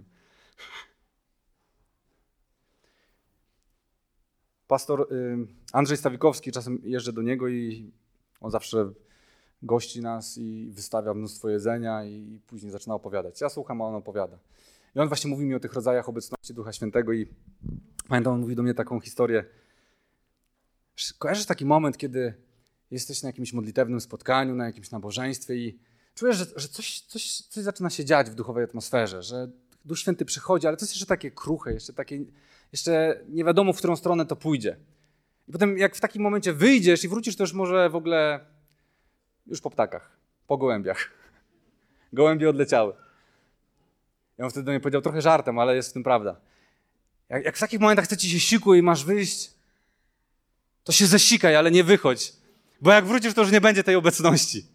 Pastor y, Andrzej Stawikowski, czasem jeżdżę do niego i on zawsze gości nas i wystawia mnóstwo jedzenia i później zaczyna opowiadać. Ja słucham, a on opowiada. I on właśnie mówi mi o tych rodzajach obecności Ducha Świętego i pamiętam, on mówi do mnie taką historię, Kojarzysz taki moment, kiedy jesteś na jakimś modlitewnym spotkaniu, na jakimś nabożeństwie i czujesz, że, że coś, coś, coś zaczyna się dziać w duchowej atmosferze, że Duch Święty przychodzi, ale to jest jeszcze takie kruche, jeszcze takie, jeszcze nie wiadomo, w którą stronę to pójdzie. I potem jak w takim momencie wyjdziesz i wrócisz, to już może w ogóle już po ptakach, po gołębiach. Gołębie odleciały. Ja on wtedy do mnie powiedział trochę żartem, ale jest w tym prawda. Jak, jak w takich momentach chce ci się siku i masz wyjść, to się zesikaj, ale nie wychodź. Bo jak wrócisz, to już nie będzie tej obecności.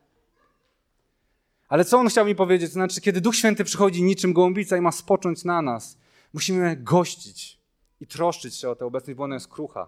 Ale co on chciał mi powiedzieć? To znaczy, kiedy Duch Święty przychodzi niczym gołębica i ma spocząć na nas, musimy gościć i troszczyć się o tę obecność, bo ona jest krucha.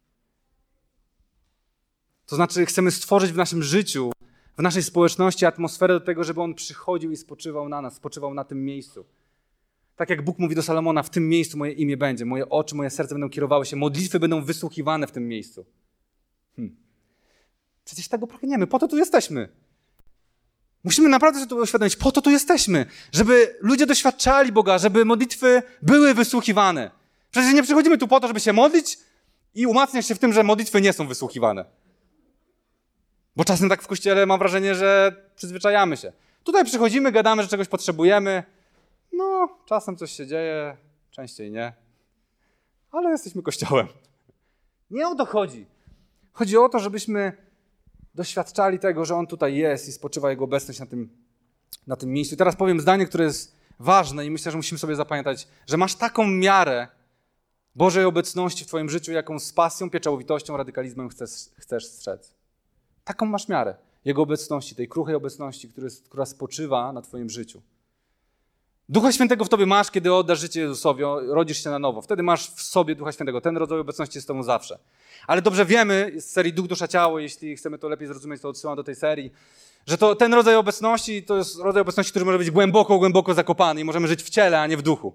To znaczy, chcemy stworzyć w naszym życiu, w naszej społeczności atmosferę do tego, żeby On przychodził i spoczywał na nas, spoczywał na tym miejscu. Tak jak Bóg mówi do Salomona, w tym miejscu moje imię będzie, moje oczy, moje serce będą kierowały się, modlitwy będą wysłuchiwane w tym miejscu. Hmm. Przecież tego pragniemy, po to tu jesteśmy. Musimy naprawdę sobie to uświadomić, po to tu jesteśmy, żeby ludzie doświadczali Boga, żeby modlitwy były wysłuchiwane. Przecież nie przychodzimy tu po to, żeby się modlić i umacniać się w tym, że modlitwy nie są wysłuchiwane. Bo czasem tak w Kościele mam wrażenie, że przyzwyczajamy się. Tutaj przychodzimy, gadamy, że czegoś potrzebujemy. No, czasem coś się dzieje, częściej nie. Ale jesteśmy Kościołem. Nie o to chodzi. Chodzi o to, żebyśmy doświadczali tego, że On tutaj jest i spoczywa Jego obecność na tym, na tym miejscu. I teraz powiem zdanie, które jest ważne i myślę, że musimy sobie zapamiętać, że masz taką miarę Bożej obecności w twoim życiu, jaką z pasją, pieczołowitością, radykalizmem chcesz, chcesz strzec. Taką masz miarę Jego obecności, tej kruchej obecności, który, która spoczywa na twoim życiu. Ducha Świętego w tobie masz, kiedy oddasz życie Jezusowi, rodzisz się na nowo. Wtedy masz w sobie Ducha Świętego. Ten rodzaj obecności jest z tobą zawsze. Ale dobrze wiemy z serii Duch, Dusza, Ciało, jeśli chcemy to lepiej zrozumieć, to odsyłam do tej serii, że to ten rodzaj obecności to jest rodzaj obecności, który może być głęboko, głęboko zakopany i możemy żyć w ciele, a nie w duchu.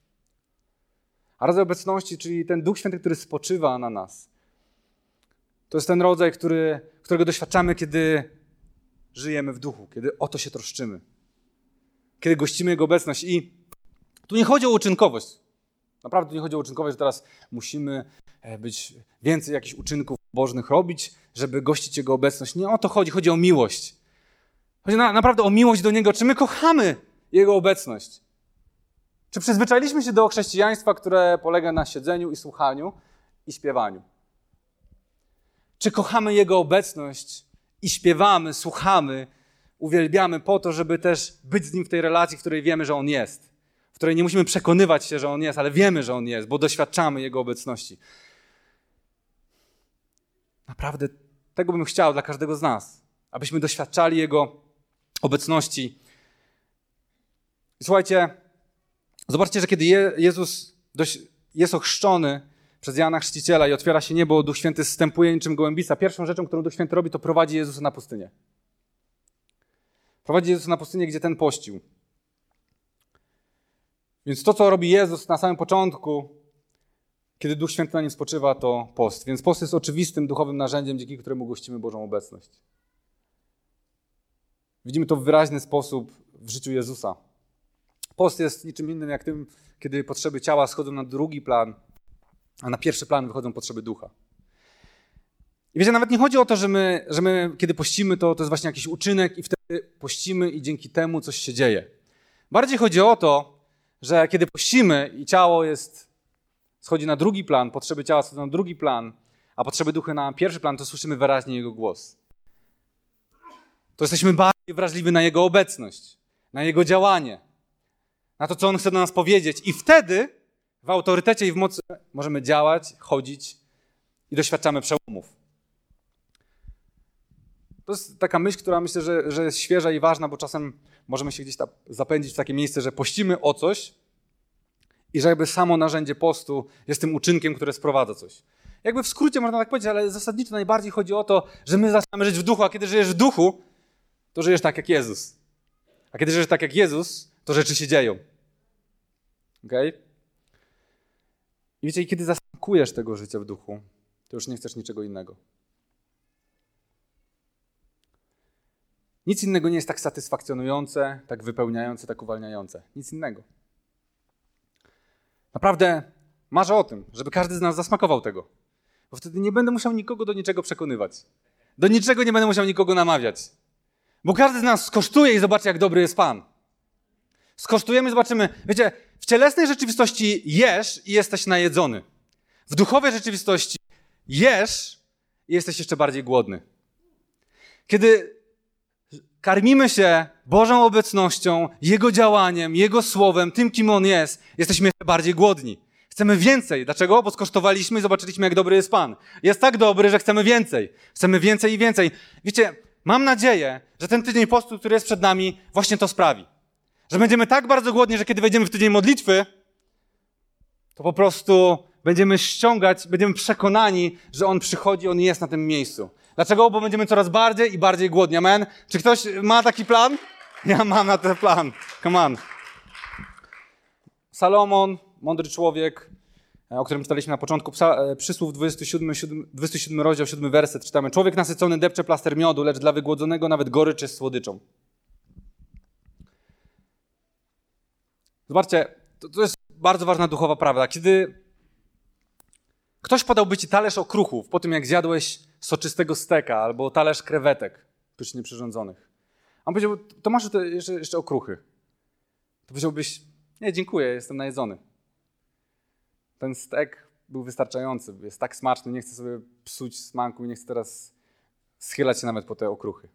A rodzaj obecności, czyli ten Duch Święty, który spoczywa na nas, to jest ten rodzaj, który, którego doświadczamy, kiedy żyjemy w duchu, kiedy o to się troszczymy, kiedy gościmy Jego obecność. I tu nie chodzi o uczynkowość. Naprawdę tu nie chodzi o uczynkowość, że teraz musimy być więcej jakichś uczynków bożnych robić, żeby gościć Jego obecność. Nie o to chodzi, chodzi o miłość. Chodzi na, naprawdę o miłość do Niego. Czy my kochamy Jego obecność? Czy przyzwyczailiśmy się do chrześcijaństwa, które polega na siedzeniu i słuchaniu i śpiewaniu? Czy kochamy Jego obecność i śpiewamy, słuchamy, uwielbiamy po to, żeby też być z Nim w tej relacji, w której wiemy, że On jest, w której nie musimy przekonywać się, że On jest, ale wiemy, że On jest, bo doświadczamy Jego obecności. Naprawdę tego bym chciał dla każdego z nas, abyśmy doświadczali Jego obecności. Słuchajcie, zobaczcie, że kiedy Je- Jezus jest ochrzczony przez Jana Chrzciciela i otwiera się niebo, Duch Święty zstępuje niczym gołębica. Pierwszą rzeczą, którą Duch Święty robi, to prowadzi Jezusa na pustynię. Prowadzi Jezusa na pustynię, gdzie ten pościł. Więc to, co robi Jezus na samym początku, kiedy Duch Święty na nim spoczywa, to post. Więc post jest oczywistym duchowym narzędziem, dzięki któremu gościmy Bożą obecność. Widzimy to w wyraźny sposób w życiu Jezusa. Post jest niczym innym jak tym, kiedy potrzeby ciała schodzą na drugi plan, a na pierwszy plan wychodzą potrzeby ducha. I wiecie, nawet nie chodzi o to, że my, że my kiedy pościmy, to, to jest właśnie jakiś uczynek i wtedy pościmy i dzięki temu coś się dzieje. Bardziej chodzi o to, że kiedy pościmy i ciało jest, schodzi na drugi plan, potrzeby ciała schodzą na drugi plan, a potrzeby ducha na pierwszy plan, to słyszymy wyraźnie Jego głos. To jesteśmy bardziej wrażliwi na Jego obecność, na Jego działanie, na to, co On chce do nas powiedzieć. I wtedy w autorytecie i w mocy możemy działać, chodzić i doświadczamy przełomów. To jest taka myśl, która myślę, że, że jest świeża i ważna, bo czasem możemy się gdzieś tam zapędzić w takie miejsce, że pościmy o coś i że jakby samo narzędzie postu jest tym uczynkiem, które sprowadza coś. Jakby w skrócie można tak powiedzieć, ale zasadniczo najbardziej chodzi o to, że my zaczynamy żyć w duchu, a kiedy żyjesz w duchu, to żyjesz tak jak Jezus. A kiedy żyjesz tak jak Jezus, to rzeczy się dzieją. Okej? Okay? I wiecie, kiedy zasmakujesz tego życia w duchu, to już nie chcesz niczego innego. Nic innego nie jest tak satysfakcjonujące, tak wypełniające, tak uwalniające. Nic innego. Naprawdę marzę o tym, żeby każdy z nas zasmakował tego. Bo wtedy nie będę musiał nikogo do niczego przekonywać. Do niczego nie będę musiał nikogo namawiać. Bo każdy z nas skosztuje i zobaczy, jak dobry jest Pan. Skosztujemy i zobaczymy. Wiecie, w cielesnej rzeczywistości jesz i jesteś najedzony. W duchowej rzeczywistości jesz i jesteś jeszcze bardziej głodny. Kiedy karmimy się Bożą obecnością, Jego działaniem, Jego słowem, tym, kim On jest, jesteśmy jeszcze bardziej głodni. Chcemy więcej. Dlaczego? Bo skosztowaliśmy i zobaczyliśmy, jak dobry jest Pan. Jest tak dobry, że chcemy więcej. Chcemy więcej i więcej. Wiecie, mam nadzieję, że ten tydzień postu, który jest przed nami, właśnie to sprawi. Że będziemy tak bardzo głodni, że kiedy wejdziemy w tydzień modlitwy, to po prostu będziemy ściągać, będziemy przekonani, że On przychodzi, On jest na tym miejscu. Dlaczego? Bo będziemy coraz bardziej i bardziej głodni. Amen? Czy ktoś ma taki plan? Ja mam na ten plan. Come on. Salomon, mądry człowiek, o którym czytaliśmy na początku, Przysłów dwudziesty siódmy, dwudziesty siódmy rozdział, siódmy werset, czytamy: człowiek nasycony depcze plaster miodu, lecz dla wygłodzonego nawet gorycz jest słodyczą. Zobaczcie, to, to jest bardzo ważna duchowa prawda. Kiedy ktoś podałby ci talerz okruchów po tym, jak zjadłeś soczystego steka albo talerz krewetek pysznie przyrządzonych, a on powiedział: to masz jeszcze, jeszcze okruchy. To powiedziałbyś: nie, dziękuję, jestem najedzony. Ten stek był wystarczający, jest tak smaczny, nie chcę sobie psuć smaku i nie chcę teraz schylać się nawet po te okruchy.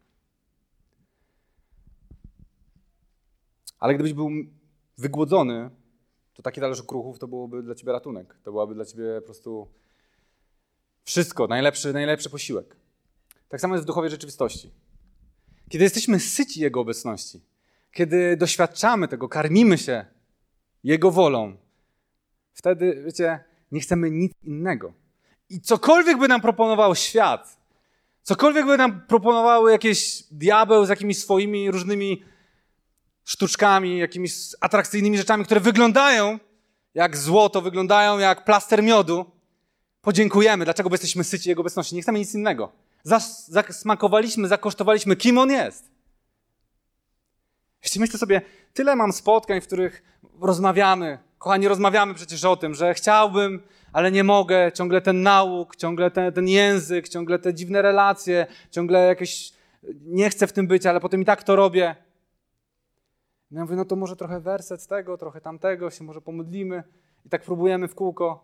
Ale gdybyś był wygłodzony, to taki talerz okruchów to byłoby dla ciebie ratunek. To byłaby dla ciebie po prostu wszystko, najlepszy, najlepszy posiłek. Tak samo jest w duchowej rzeczywistości. Kiedy jesteśmy syci Jego obecności, kiedy doświadczamy tego, karmimy się Jego wolą, wtedy, wiecie, nie chcemy nic innego. I cokolwiek by nam proponował świat, cokolwiek by nam proponowały jakieś diabeł z jakimiś swoimi różnymi sztuczkami, jakimiś atrakcyjnymi rzeczami, które wyglądają jak złoto, wyglądają jak plaster miodu, podziękujemy. Dlaczego? Bo jesteśmy syci Jego obecności. Nie chcemy nic innego. Zas- zasmakowaliśmy, zakosztowaliśmy, kim On jest. Jeśli myślę sobie, tyle mam spotkań, w których rozmawiamy, kochani, rozmawiamy przecież o tym, że chciałbym, ale nie mogę, ciągle ten nauk, ciągle ten, ten język, ciągle te dziwne relacje, ciągle jakieś, nie chcę w tym być, ale potem i tak to robię. Ja mówię, no to może trochę werset z tego, trochę tamtego, się może pomodlimy i tak próbujemy w kółko.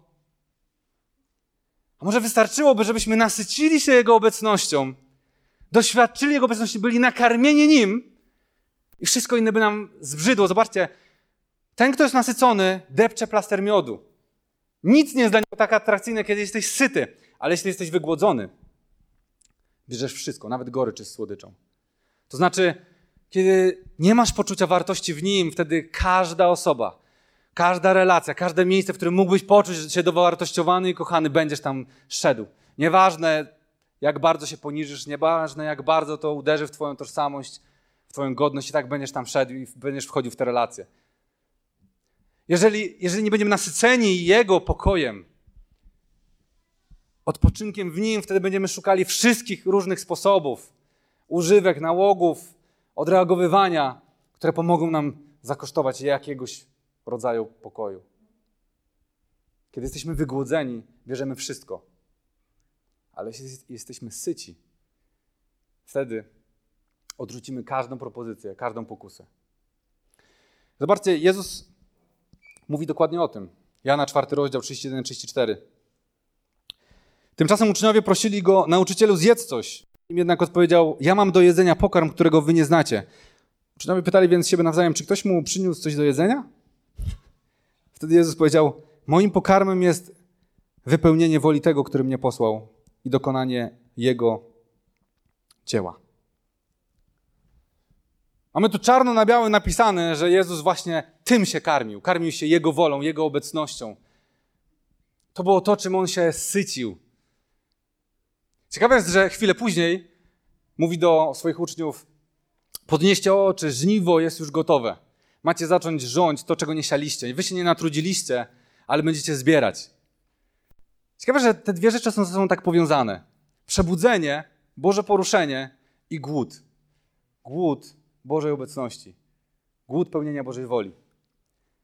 A może wystarczyłoby, żebyśmy nasycili się Jego obecnością, doświadczyli Jego obecności, byli nakarmieni Nim i wszystko inne by nam zbrzydło. Zobaczcie, ten, kto jest nasycony, depcze plaster miodu. Nic nie jest dla niego tak atrakcyjne, kiedy jesteś syty, ale jeśli jesteś wygłodzony, bierzesz wszystko, nawet gorycz z słodyczą. To znaczy, kiedy nie masz poczucia wartości w Nim, wtedy każda osoba, każda relacja, każde miejsce, w którym mógłbyś poczuć się dowartościowany i kochany, będziesz tam szedł. Nieważne, jak bardzo się poniżysz, nieważne, jak bardzo to uderzy w twoją tożsamość, w twoją godność, i tak będziesz tam szedł i będziesz wchodził w te relacje. Jeżeli, jeżeli nie będziemy nasyceni Jego pokojem, odpoczynkiem w Nim, wtedy będziemy szukali wszystkich różnych sposobów, używek, nałogów, odreagowywania, które pomogą nam zakosztować jakiegoś rodzaju pokoju. Kiedy jesteśmy wygłodzeni, bierzemy wszystko. Ale jeśli jesteśmy syci, wtedy odrzucimy każdą propozycję, każdą pokusę. Zobaczcie, Jezus mówi dokładnie o tym. Jana czwarty rozdział, trzydzieści jeden trzydzieści cztery. Tymczasem uczniowie prosili Go: nauczycielu, zjedz coś. Im jednak odpowiedział: ja mam do jedzenia pokarm, którego wy nie znacie. Uczniowie pytali więc siebie nawzajem, czy ktoś mu przyniósł coś do jedzenia? Wtedy Jezus powiedział: moim pokarmem jest wypełnienie woli tego, który mnie posłał, i dokonanie Jego dzieła. Mamy tu czarno na białym napisane, że Jezus właśnie tym się karmił. Karmił się Jego wolą, Jego obecnością. To było to, czym On się sycił. Ciekawe jest, że chwilę później mówi do swoich uczniów: podnieście oczy, żniwo jest już gotowe. Macie zacząć rządź to, czego nie sialiście. Wy się nie natrudziliście, ale będziecie zbierać. Ciekawe, że te dwie rzeczy są ze sobą tak powiązane. Przebudzenie, Boże poruszenie i głód. Głód Bożej obecności. Głód pełnienia Bożej woli.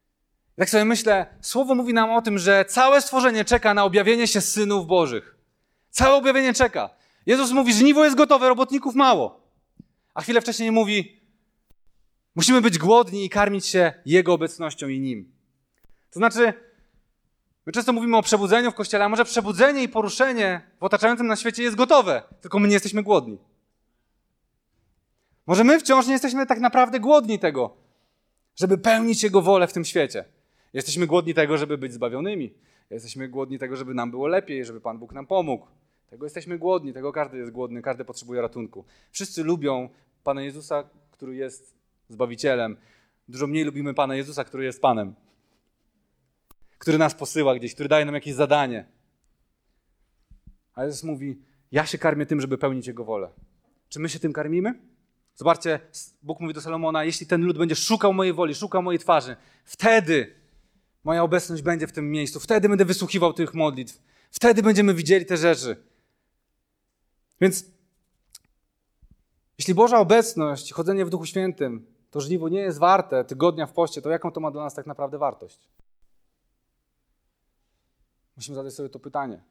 Jak sobie myślę, Słowo mówi nam o tym, że całe stworzenie czeka na objawienie się synów Bożych. Całe objawienie czeka. Jezus mówi, żniwo jest gotowe, robotników mało. A chwilę wcześniej mówi, musimy być głodni i karmić się Jego obecnością i Nim. To znaczy, my często mówimy o przebudzeniu w Kościele, a może przebudzenie i poruszenie w otaczającym nas świecie jest gotowe, tylko my nie jesteśmy głodni. Może my wciąż nie jesteśmy tak naprawdę głodni tego, żeby pełnić Jego wolę w tym świecie. Jesteśmy głodni tego, żeby być zbawionymi. Jesteśmy głodni tego, żeby nam było lepiej, żeby Pan Bóg nam pomógł. Tego jesteśmy głodni, tego każdy jest głodny, każdy potrzebuje ratunku. Wszyscy lubią Pana Jezusa, który jest Zbawicielem. Dużo mniej lubimy Pana Jezusa, który jest Panem. Który nas posyła gdzieś, który daje nam jakieś zadanie. A Jezus mówi, ja się karmię tym, żeby pełnić Jego wolę. Czy my się tym karmimy? Zobaczcie, Bóg mówi do Salomona, jeśli ten lud będzie szukał mojej woli, szukał mojej twarzy, wtedy moja obecność będzie w tym miejscu, wtedy będę wysłuchiwał tych modlitw, wtedy będziemy widzieli te rzeczy. Więc jeśli Boża obecność, chodzenie w Duchu Świętym, to żniwo nie jest warte tygodnia w poście, to jaką to ma dla nas tak naprawdę wartość? Musimy zadać sobie to pytanie.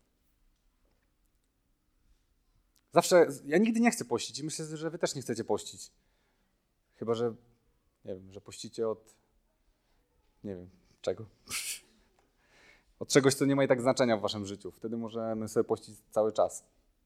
Zawsze, ja nigdy nie chcę pościć i myślę, że wy też nie chcecie pościć. Chyba, że, nie wiem, że pościcie od, nie wiem, czego. Od czegoś, co nie ma i tak znaczenia w waszym życiu. Wtedy możemy sobie pościć cały czas.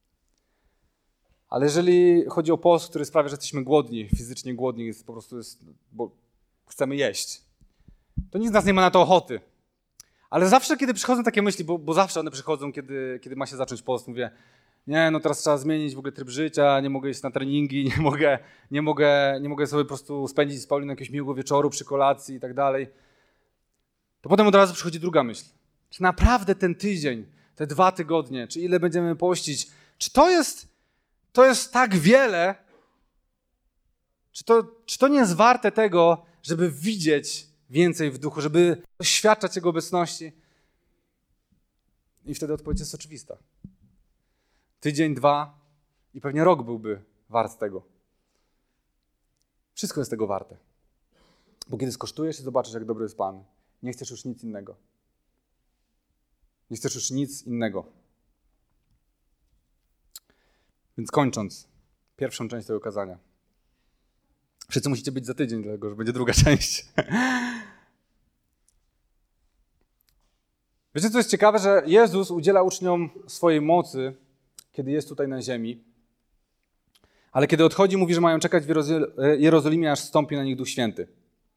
Ale jeżeli chodzi o post, który sprawia, że jesteśmy głodni, fizycznie głodni, jest po prostu jest, bo chcemy jeść, to nikt z nas nie ma na to ochoty. Ale zawsze, kiedy przychodzą takie myśli, bo, bo zawsze one przychodzą, kiedy, kiedy ma się zacząć post, mówię, nie, no teraz trzeba zmienić w ogóle tryb życia, nie mogę iść na treningi, nie mogę, nie mogę, nie mogę sobie po prostu spędzić z Pauliną jakiegoś miłego wieczoru przy kolacji i tak dalej. To potem od razu przychodzi druga myśl. Czy naprawdę ten tydzień, te dwa tygodnie, czy ile będziemy pościć, czy to jest, to jest tak wiele, czy to, czy to nie jest warte tego, żeby widzieć więcej w duchu, żeby doświadczać Jego obecności? I wtedy odpowiedź jest oczywista. Tydzień, dwa i pewnie rok byłby wart tego. Wszystko jest tego warte. Bo kiedy skosztujesz i zobaczysz, jak dobry jest Pan, nie chcesz już nic innego. Nie chcesz już nic innego. Więc kończąc pierwszą część tego kazania. Wszyscy musicie być za tydzień, dlatego że będzie druga część. Wiecie, co jest ciekawe, że Jezus udziela uczniom swojej mocy, kiedy jest tutaj na ziemi, ale kiedy odchodzi, mówi, że mają czekać w Jerozolimie, aż zstąpi na nich Duch Święty.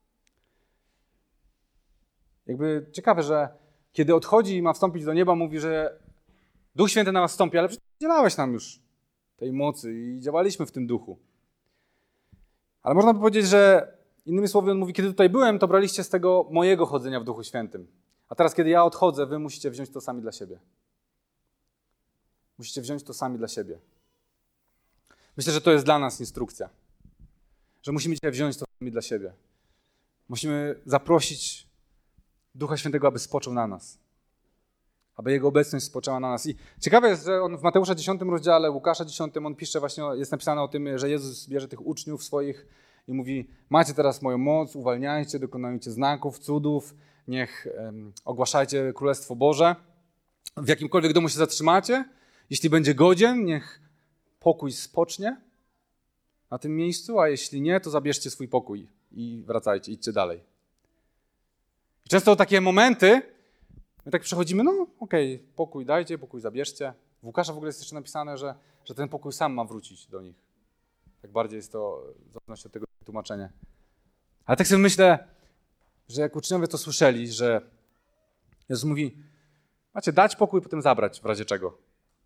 Jakby ciekawe, że kiedy odchodzi i ma wstąpić do nieba, mówi, że Duch Święty na was wstąpi, ale przecież udzielałeś nam już tej mocy i działaliśmy w tym duchu. Ale można by powiedzieć, że innymi słowy on mówi, kiedy tutaj byłem, to braliście z tego mojego chodzenia w Duchu Świętym. A teraz, kiedy ja odchodzę, wy musicie wziąć to sami dla siebie. Musicie wziąć to sami dla siebie. Myślę, że to jest dla nas instrukcja. Że musimy dzisiaj wziąć to sami dla siebie. Musimy zaprosić Ducha Świętego, aby spoczął na nas. Aby Jego obecność spoczęła na nas. I ciekawe jest, że on w Mateusza dziesiątym rozdziale, Łukasza dziesiątym, on pisze właśnie, jest napisane o tym, że Jezus bierze tych uczniów swoich i mówi, macie teraz moją moc, uwalniajcie, dokonujcie znaków, cudów, niech um, ogłaszajcie Królestwo Boże. W jakimkolwiek domu się zatrzymacie, jeśli będzie godzien, niech pokój spocznie na tym miejscu, a jeśli nie, to zabierzcie swój pokój i wracajcie, idźcie dalej. I często takie momenty, my tak przechodzimy, no okej, okay, pokój dajcie, pokój zabierzcie. W Łukasza w ogóle jest jeszcze napisane, że, że ten pokój sam ma wrócić do nich. Tak bardziej jest to w zależności od tego tłumaczenia. Ale tak sobie myślę, że jak uczniowie to słyszeli, że Jezus mówi, macie dać pokój, potem zabrać w razie czego.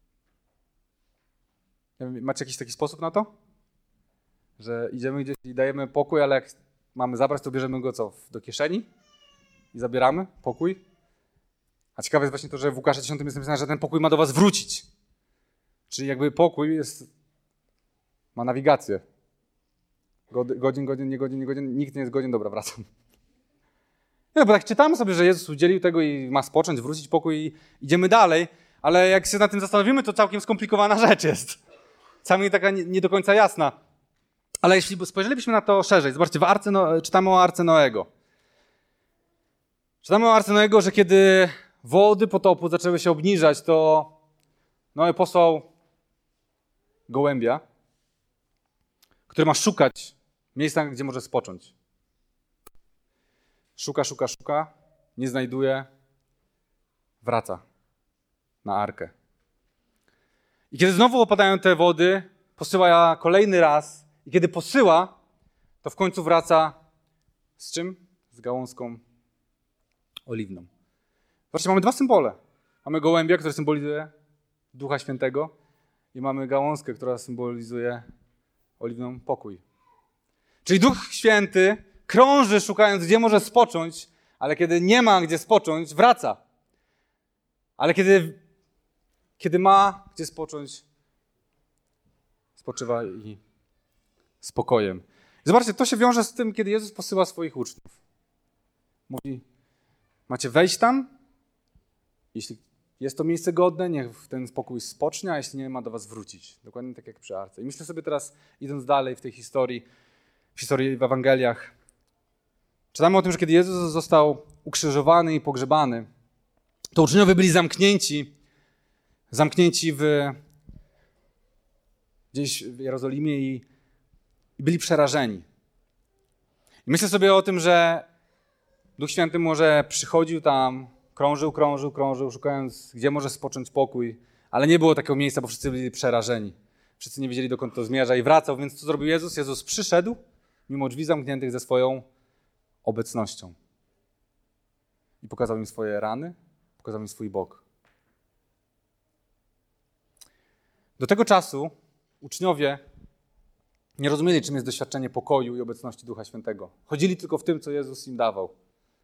Macie jakiś taki sposób na to? Że idziemy gdzieś i dajemy pokój, ale jak mamy zabrać, to bierzemy go co? Do kieszeni? I zabieramy pokój? A ciekawe jest właśnie to, że w Łukasza dziesiątym jest napisane, że ten pokój ma do was wrócić. Czyli jakby pokój jest, ma nawigację. Godzin, godzin, nie godzin, nie godzin. Nikt nie jest godzin, dobra, wracam. No bo tak czytamy sobie, że Jezus udzielił tego i ma spocząć, wrócić pokój i idziemy dalej, ale jak się nad tym zastanowimy, to całkiem skomplikowana rzecz jest. Czasami taka nie, nie do końca jasna. Ale jeśli spojrzelibyśmy na to szerzej, zobaczcie, w Arce no, czytamy o Arce Noego. Czytamy o Arce Noego, że kiedy wody potopu zaczęły się obniżać, to No i posłał gołębia, który ma szukać miejsca, gdzie może spocząć. Szuka, szuka, szuka, nie znajduje, wraca na arkę. I kiedy znowu opadają te wody, posyła kolejny raz. I kiedy posyła, to w końcu wraca z czym? Z gałązką oliwną. Zobaczcie, mamy dwa symbole. Mamy gołębia, który symbolizuje Ducha Świętego i mamy gałązkę, która symbolizuje oliwną pokój. Czyli Duch Święty krąży, szukając, gdzie może spocząć, ale kiedy nie ma gdzie spocząć, wraca. Ale kiedy, kiedy ma gdzie spocząć, spoczywa i spokojem. I zobaczcie, to się wiąże z tym, kiedy Jezus posyła swoich uczniów. Mówi, macie wejść tam, jeśli jest to miejsce godne, niech w ten spokój spocznie, a jeśli nie, ma do was wrócić. Dokładnie tak jak przy arce. I myślę sobie teraz, idąc dalej w tej historii, w historii w Ewangeliach, czytamy o tym, że kiedy Jezus został ukrzyżowany i pogrzebany, to uczniowie byli zamknięci, zamknięci w, gdzieś w Jerozolimie i, i byli przerażeni. I myślę sobie o tym, że Duch Święty może przychodził tam, krążył, krążył, krążył, szukając, gdzie może spocząć pokój, ale nie było takiego miejsca, bo wszyscy byli przerażeni. Wszyscy nie wiedzieli, dokąd to zmierza i wracał. Więc co zrobił Jezus? Jezus przyszedł, mimo drzwi zamkniętych, ze swoją obecnością. I pokazał im swoje rany, pokazał im swój bok. Do tego czasu uczniowie nie rozumieli, czym jest doświadczenie pokoju i obecności Ducha Świętego. Chodzili tylko w tym, co Jezus im dawał.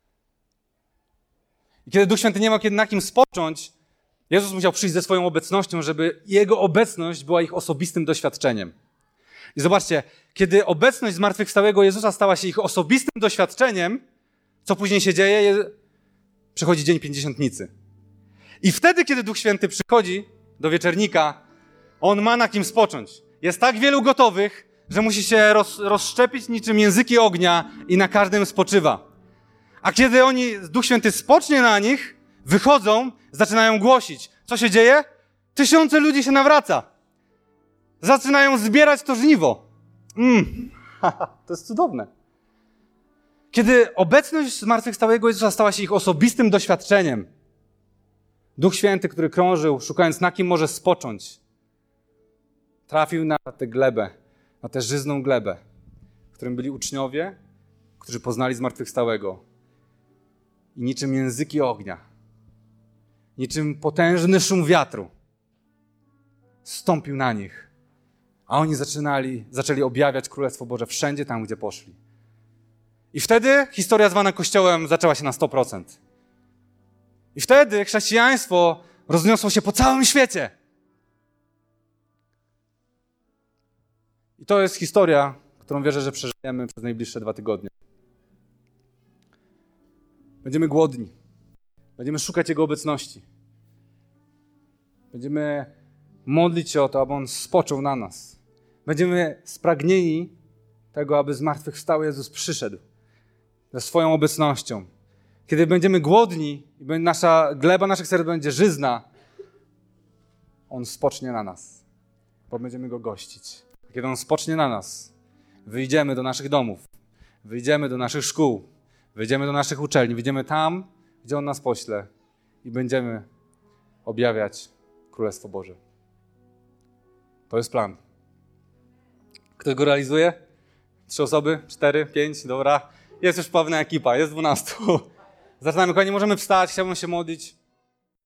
I kiedy Duch Święty nie ma kiedy na kim spocząć, Jezus musiał przyjść ze swoją obecnością, żeby Jego obecność była ich osobistym doświadczeniem. I zobaczcie, kiedy obecność zmartwychwstałego Jezusa stała się ich osobistym doświadczeniem, co później się dzieje? Przychodzi dzień pięćdziesiątnicy. I wtedy, kiedy Duch Święty przychodzi do wieczernika, On ma na kim spocząć. Jest tak wielu gotowych, że musi się roz, rozszczepić niczym języki ognia i na każdym spoczywa. A kiedy oni, Duch Święty spocznie na nich, wychodzą, zaczynają głosić. Co się dzieje? Tysiące ludzi się nawraca. Zaczynają zbierać to żniwo. Mm. To jest cudowne. Kiedy obecność zmartwychwstałego Jezusa stała się ich osobistym doświadczeniem, Duch Święty, który krążył, szukając na kim może spocząć, trafił na tę glebę, na tę żyzną glebę, w którym byli uczniowie, którzy poznali zmartwychwstałego. I niczym języki ognia, niczym potężny szum wiatru stąpił na nich, a oni zaczynali, zaczęli objawiać Królestwo Boże wszędzie tam, gdzie poszli. I wtedy historia zwana Kościołem zaczęła się na sto procent. I wtedy chrześcijaństwo rozniosło się po całym świecie. I to jest historia, którą wierzę, że przeżyjemy przez najbliższe dwa tygodnie. Będziemy głodni. Będziemy szukać Jego obecności. Będziemy modlić się o to, aby On spoczął na nas. Będziemy spragnieni tego, aby zmartwychwstały Jezus przyszedł ze swoją obecnością. Kiedy będziemy głodni i nasza gleba naszych serc będzie żyzna, On spocznie na nas, bo będziemy Go gościć. Kiedy On spocznie na nas, wyjdziemy do naszych domów, wyjdziemy do naszych szkół, wyjdziemy do naszych uczelni, wyjdziemy tam, gdzie On nas pośle i będziemy objawiać Królestwo Boże. To jest plan. Ktoś go realizuje? Trzy osoby? Cztery? Pięć? Dobra. Jest już pewna ekipa, jest dwunastu. Zaczynamy, kochani, możemy wstać, chciałbym się modlić.